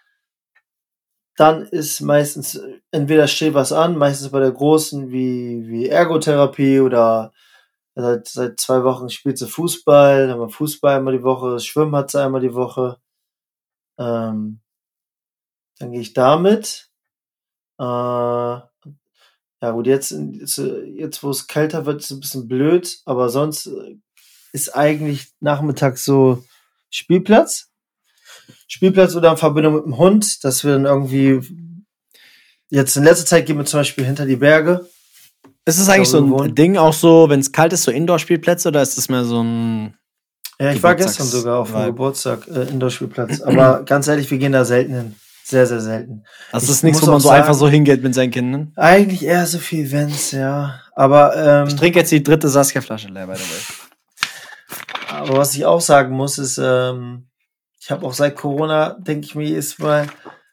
Dann ist meistens, entweder steht was an, meistens bei der Großen wie Ergotherapie oder seit 2 Wochen spielt sie Fußball, dann haben wir Fußball einmal die Woche, Schwimmen hat sie einmal die Woche. Dann gehe ich damit. Ja gut, jetzt wo es kälter wird, ist es ein bisschen blöd, aber sonst ist eigentlich nachmittags so Spielplatz oder in Verbindung mit dem Hund, dass wir dann irgendwie jetzt in letzter Zeit gehen wir zum Beispiel hinter die Berge. Ist es eigentlich so ein Ding auch so, wenn es kalt ist, so Indoor-Spielplätze oder ist es mehr so ein Ja, ich war gestern sogar auf dem Geburtstag Indoor-Spielplatz, aber ganz ehrlich, wir gehen da selten hin. Sehr, sehr selten. Das ist nichts, wo man so sagen, einfach so hingeht mit seinen Kindern? Eigentlich eher so für Events, ja. Aber ich trinke jetzt die 3. Saskia-Flasche leer, by the way. Aber was ich auch sagen muss, ist, ich habe auch seit Corona, denke ich mir, ist mal,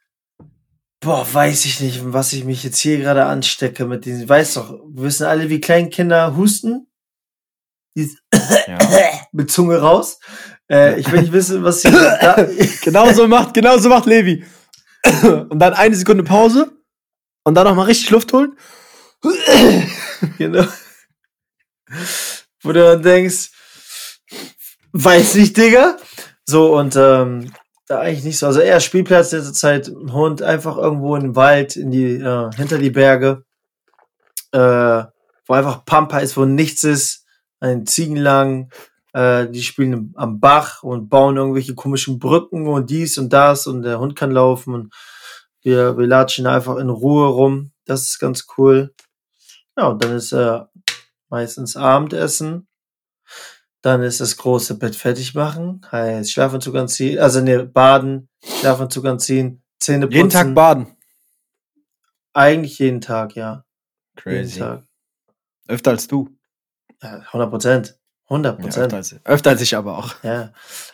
weiß ich nicht, was ich mich jetzt hier gerade anstecke mit diesen, weißt doch, wir wissen alle, wie Kleinkinder husten. Mit Zunge raus. Ich will nicht wissen, was sie da genauso macht Levi. Und dann 1 Sekunde Pause und dann nochmal richtig Luft holen. Genau. Wo du dann denkst, weiß nicht, Digga. So, und da eigentlich nicht so. Also eher Spielplatz in der Zeit, Hund einfach irgendwo in den Wald, hinter die Berge, wo einfach Pampa ist, wo nichts ist, an den Ziegen lang, die spielen am Bach und bauen irgendwelche komischen Brücken und dies und das und der Hund kann laufen und wir latschen einfach in Ruhe rum. Das ist ganz cool. Ja, und dann ist meistens Abendessen. Dann ist das große Bett fertig machen, heißt Schlafanzug anziehen, baden, Schlafanzug anziehen, Zähne putzen. Jeden Tag baden? Eigentlich jeden Tag, ja. Crazy. Jeden Tag. Öfter als du? Ja, 100%. 100%. Ja, öfter als ich aber auch. Ja.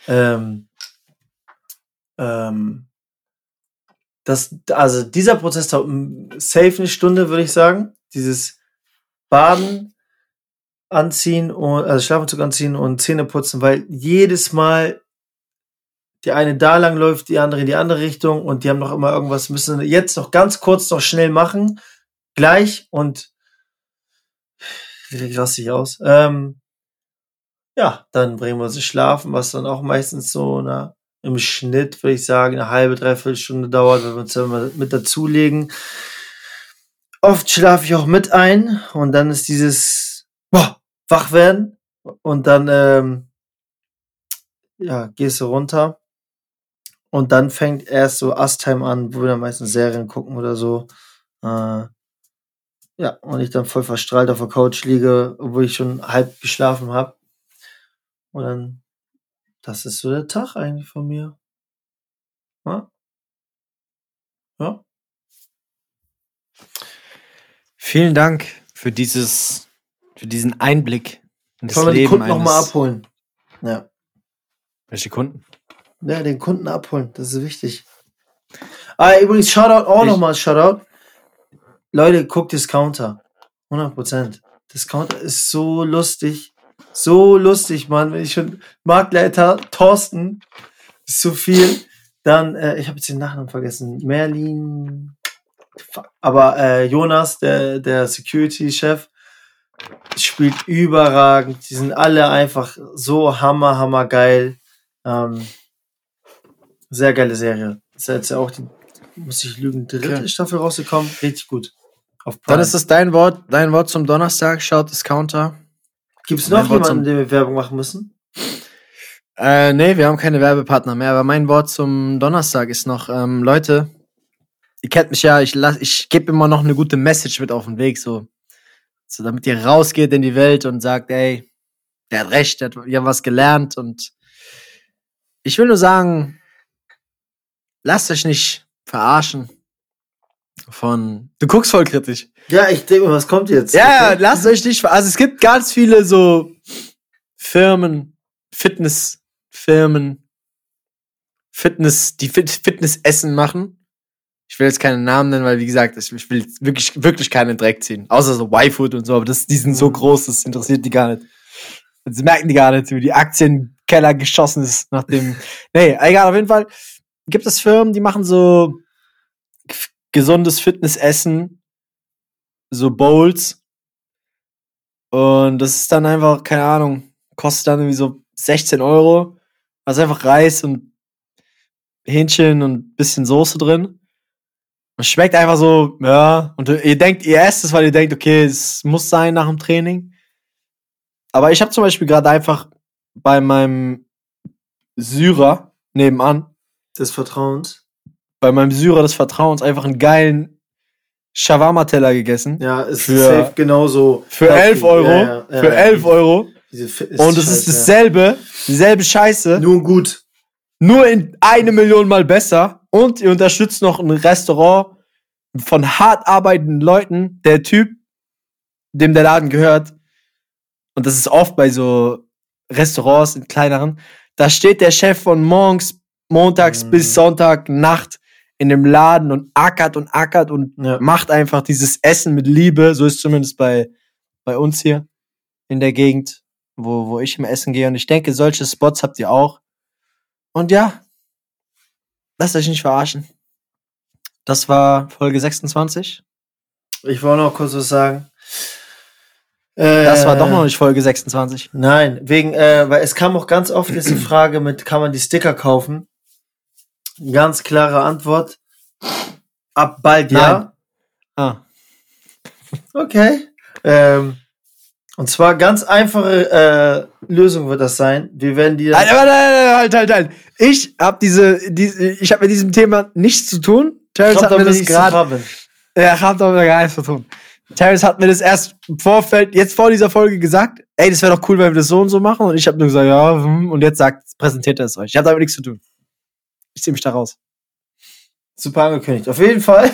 Dieser Prozess dauert safe 1 Stunde, würde ich sagen. Dieses Baden, anziehen und Schlafanzug anziehen und Zähne putzen, weil jedes Mal die eine da lang läuft, die andere in die andere Richtung und die haben noch immer irgendwas, müssen jetzt noch ganz kurz noch schnell machen, gleich und wieder rassig aus. Ja, dann bringen wir sie schlafen, was dann auch meistens so im Schnitt, würde ich sagen, 1/2, 3/4 Stunde dauert, wenn wir uns immer mit dazulegen. Oft schlafe ich auch mit ein und dann ist dieses wach werden und dann gehst du runter und dann fängt erst so Us-Time an, wo wir dann meistens Serien gucken oder so. Und ich dann voll verstrahlt auf der Couch liege, obwohl ich schon halb geschlafen habe. Und dann, das ist so der Tag eigentlich von mir. Ja. Vielen Dank für diesen Einblick in das Leben. Die Kunden nochmal abholen. Ja. Welche Kunden? Ja, den Kunden abholen, das ist wichtig. Übrigens, Shoutout. Leute, guckt Discounter. 100%. Discounter ist so lustig. So lustig, Mann. Wenn ich schon Marktleiter Thorsten ist so viel. Dann, ich habe jetzt den Nachnamen vergessen. Merlin. Aber Jonas, der Security-Chef, spielt überragend. Die sind alle einfach so hammergeil. Sehr geile Serie. Ist ja jetzt ja auch die, muss ich lügen, 3. Staffel rausgekommen. Richtig gut. Dann ist es dein Wort zum Donnerstag. Schaut Discounter. Gibt es noch jemanden, den wir Werbung machen müssen? Nee, wir haben keine Werbepartner mehr. Aber mein Wort zum Donnerstag ist noch, Leute, ihr kennt mich ja, ich gebe immer noch eine gute Message mit auf den Weg, so damit ihr rausgeht in die Welt und sagt, ey, der hat recht, ihr habt was gelernt und ich will nur sagen, lasst euch nicht verarschen du guckst voll kritisch. Ja, ich denke, was kommt jetzt? Ja, lasst euch nicht verarschen. Also es gibt ganz viele so Firmen, Fitnessfirmen, die Fitnessessen machen. Ich will jetzt keinen Namen nennen, weil, wie gesagt, ich will wirklich, wirklich keinen Dreck ziehen. Außer so Y-Food und so, aber die sind so groß, das interessiert die gar nicht. Das merken die gar nicht, wie die Aktienkeller geschossen ist nach dem. Nee, egal, auf jeden Fall gibt es Firmen, die machen so gesundes Fitnessessen, so Bowls. Und das ist dann einfach, keine Ahnung, kostet dann irgendwie so 16 €. Also einfach Reis und Hähnchen und ein bisschen Soße drin. Und schmeckt einfach so, ja. Und ihr esst es, weil ihr denkt, okay, es muss sein nach dem Training. Aber ich habe zum Beispiel gerade einfach bei meinem Syrer nebenan, des Vertrauens, einfach einen geilen Shawarma-Teller gegessen. Ja, ist safe genauso. Für 11 €. Ja, für 11 €. Und es ist dieselbe Scheiße. Nur gut. Nur in 1 Million Mal besser. Und ihr unterstützt noch ein Restaurant von hart arbeitenden Leuten. Der Typ, dem der Laden gehört, und das ist oft bei so Restaurants in kleineren, da steht der Chef von montags bis Sonntag Nacht in dem Laden und ackert und macht einfach dieses Essen mit Liebe. So ist zumindest bei uns hier in der Gegend, wo ich immer essen gehe. Und ich denke, solche Spots habt ihr auch. Und ja, lasst euch nicht verarschen. Das war Folge 26. Ich wollte noch kurz was sagen. Das war doch noch nicht Folge 26. Nein, weil es kam auch ganz oft jetzt die Frage mit, kann man die Sticker kaufen? Ganz klare Antwort. Ab bald ja. Ah. Okay. Und zwar ganz einfache Lösung wird das sein. Wir werden die. Halt. Ich habe mit diesem Thema nichts zu tun. Terrence hat mir das gerade. Ja, ich hab damit gar nichts zu tun. Terrence hat mir das erst im Vorfeld, jetzt vor dieser Folge gesagt, ey, das wäre doch cool, wenn wir das so und so machen. Und ich habe nur gesagt, ja, und jetzt präsentiert er es euch. Ich habe damit nichts zu tun. Ich ziehe mich da raus. Super angekündigt. Auf jeden Fall.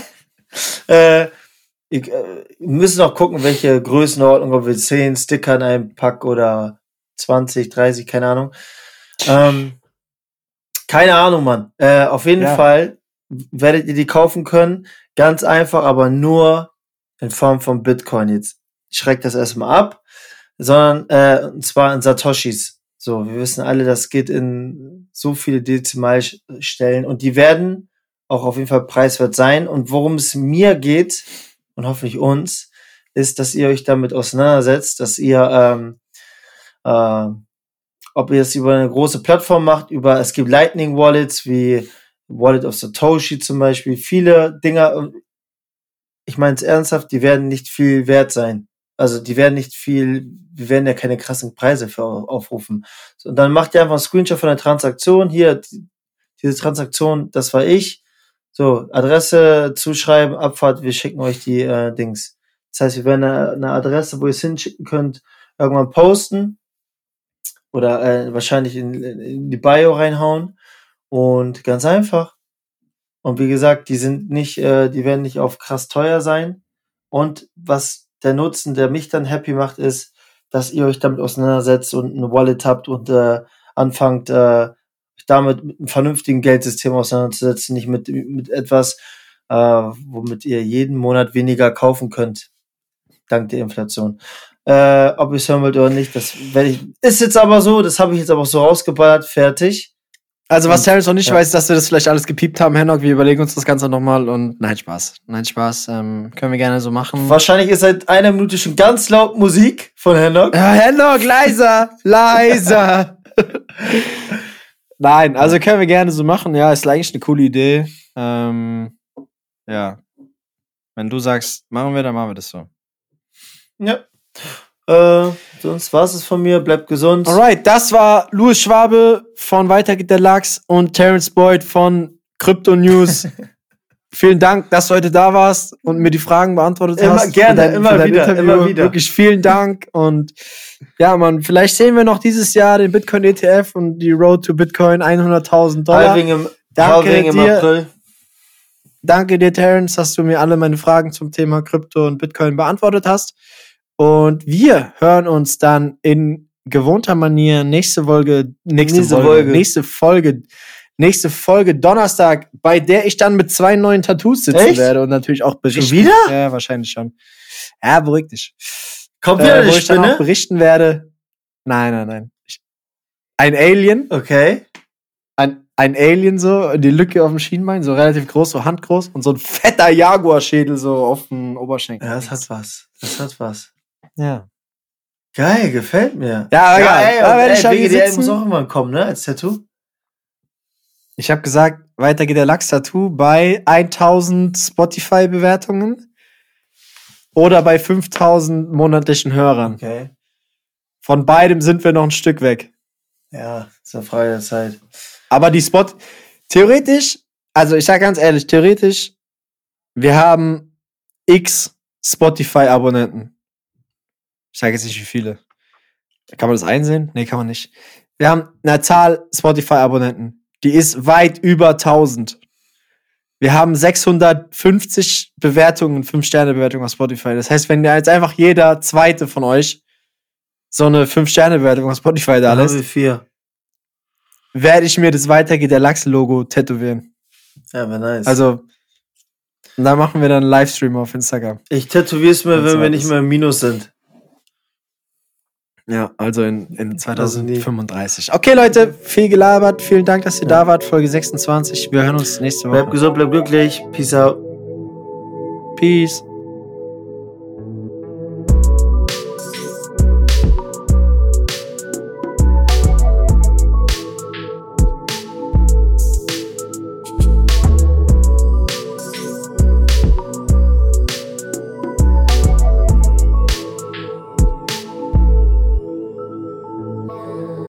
Wir müssen noch gucken, welche Größenordnung, ob wir 10 Sticker in einem Pack oder 20, 30, keine Ahnung. Keine Ahnung, Mann. Auf jeden Fall werdet ihr die kaufen können. Ganz einfach, aber nur in Form von Bitcoin jetzt. Ich schrecke das erstmal ab. Sondern, und zwar in Satoshis. So, wir wissen alle, das geht in so viele Dezimalstellen und die werden auch auf jeden Fall preiswert sein. Und worum es mir geht, und hoffentlich uns, ist, dass ihr euch damit auseinandersetzt, dass ihr, ob ihr es über eine große Plattform macht, es gibt Lightning Wallets, wie Wallet of Satoshi zum Beispiel, viele Dinger, ich meine es ernsthaft, die werden nicht viel wert sein. Also wir werden ja keine krassen Preise für aufrufen. So, und dann macht ihr einfach einen Screenshot von der Transaktion. Hier, diese Transaktion, das war ich. So, Adresse zuschreiben, Abfahrt, wir schicken euch die Dings. Das heißt, wir werden eine Adresse, wo ihr es hinschicken könnt, irgendwann posten. Oder wahrscheinlich in die Bio reinhauen. Und ganz einfach. Und wie gesagt, die werden nicht auf krass teuer sein. Und was der Nutzen, der mich dann happy macht, ist, dass ihr euch damit auseinandersetzt und eine Wallet habt und anfangt, damit mit einem vernünftigen Geldsystem auseinanderzusetzen, nicht mit etwas, womit ihr jeden Monat weniger kaufen könnt, dank der Inflation. Ob ihr es hören wollt oder nicht, ist jetzt aber so, das habe ich jetzt aber so rausgeballert, fertig. Also was Terrence noch nicht weiß, dass wir das vielleicht alles gepiept haben, Henok, wir überlegen uns das Ganze nochmal und nein, Spaß, können wir gerne so machen. Wahrscheinlich ist seit einer Minute schon ganz laut Musik von Henok. Ja, Henok, leiser. Nein, also können wir gerne so machen, ja, ist eigentlich eine coole Idee. Ja, wenn du sagst, machen wir, dann machen wir das so. Ja. Sonst war's es von mir. Bleibt gesund. Alright, das war Louis Schwabe von Weiter geht der Lachs und Terrence Boyd von Crypto News. Vielen Dank, dass du heute da warst und mir die Fragen beantwortet hast. Gerne, immer wieder. Wirklich vielen Dank. Und ja, Mann, vielleicht sehen wir noch dieses Jahr den Bitcoin ETF und die Road to Bitcoin $100.000. Danke dir. April. Danke dir, Terrence, dass du mir alle meine Fragen zum Thema Krypto und Bitcoin beantwortet hast. Und wir hören uns dann in gewohnter Manier nächste Folge Donnerstag, bei der ich dann mit 2 neuen Tattoos sitzen werde und natürlich auch berichten. Schon wieder? Ja, wahrscheinlich schon. Ja, beruhig dich. Kommt wieder wo ich dann auch berichten werde. Nein. Ein Alien. Okay. Ein Alien so, die Lücke auf dem Schienbein, so relativ groß, so handgroß und so ein fetter Jaguar-Schädel so auf dem Oberschenkel. Ja, das hat was. Ja. Geil, gefällt mir. Ja, geil. Da werde ich BGDL muss auch irgendwann kommen, ne, als Tattoo. Ich habe gesagt, weiter geht der Lachs-Tattoo bei 1000 Spotify-Bewertungen oder bei 5000 monatlichen Hörern. Okay. Von beidem sind wir noch ein Stück weg. Ja, ist eine Frage der Zeit. Aber theoretisch, also ich sag ganz ehrlich, wir haben x Spotify-Abonnenten. Ich sage jetzt nicht, wie viele. Kann man das einsehen? Nee, kann man nicht. Wir haben eine Zahl Spotify-Abonnenten. Die ist weit über 1000. Wir haben 650 Bewertungen, 5-Sterne-Bewertungen auf Spotify. Das heißt, wenn jetzt einfach jeder zweite von euch so eine 5-Sterne-Bewertung auf Spotify da lässt, 4. werde ich mir das Weitergeht der Lachs-Logo tätowieren. Ja, wäre nice. Also, da machen wir dann einen Livestream auf Instagram. Ich tätowiere es mir, wenn wir nicht mehr im Minus sind. Ja, also in 2035. Okay, Leute, viel gelabert. Vielen Dank, dass ihr da wart. Folge 26. Wir hören uns nächste Woche. Bleibt gesund, bleibt glücklich. Peace out. Peace.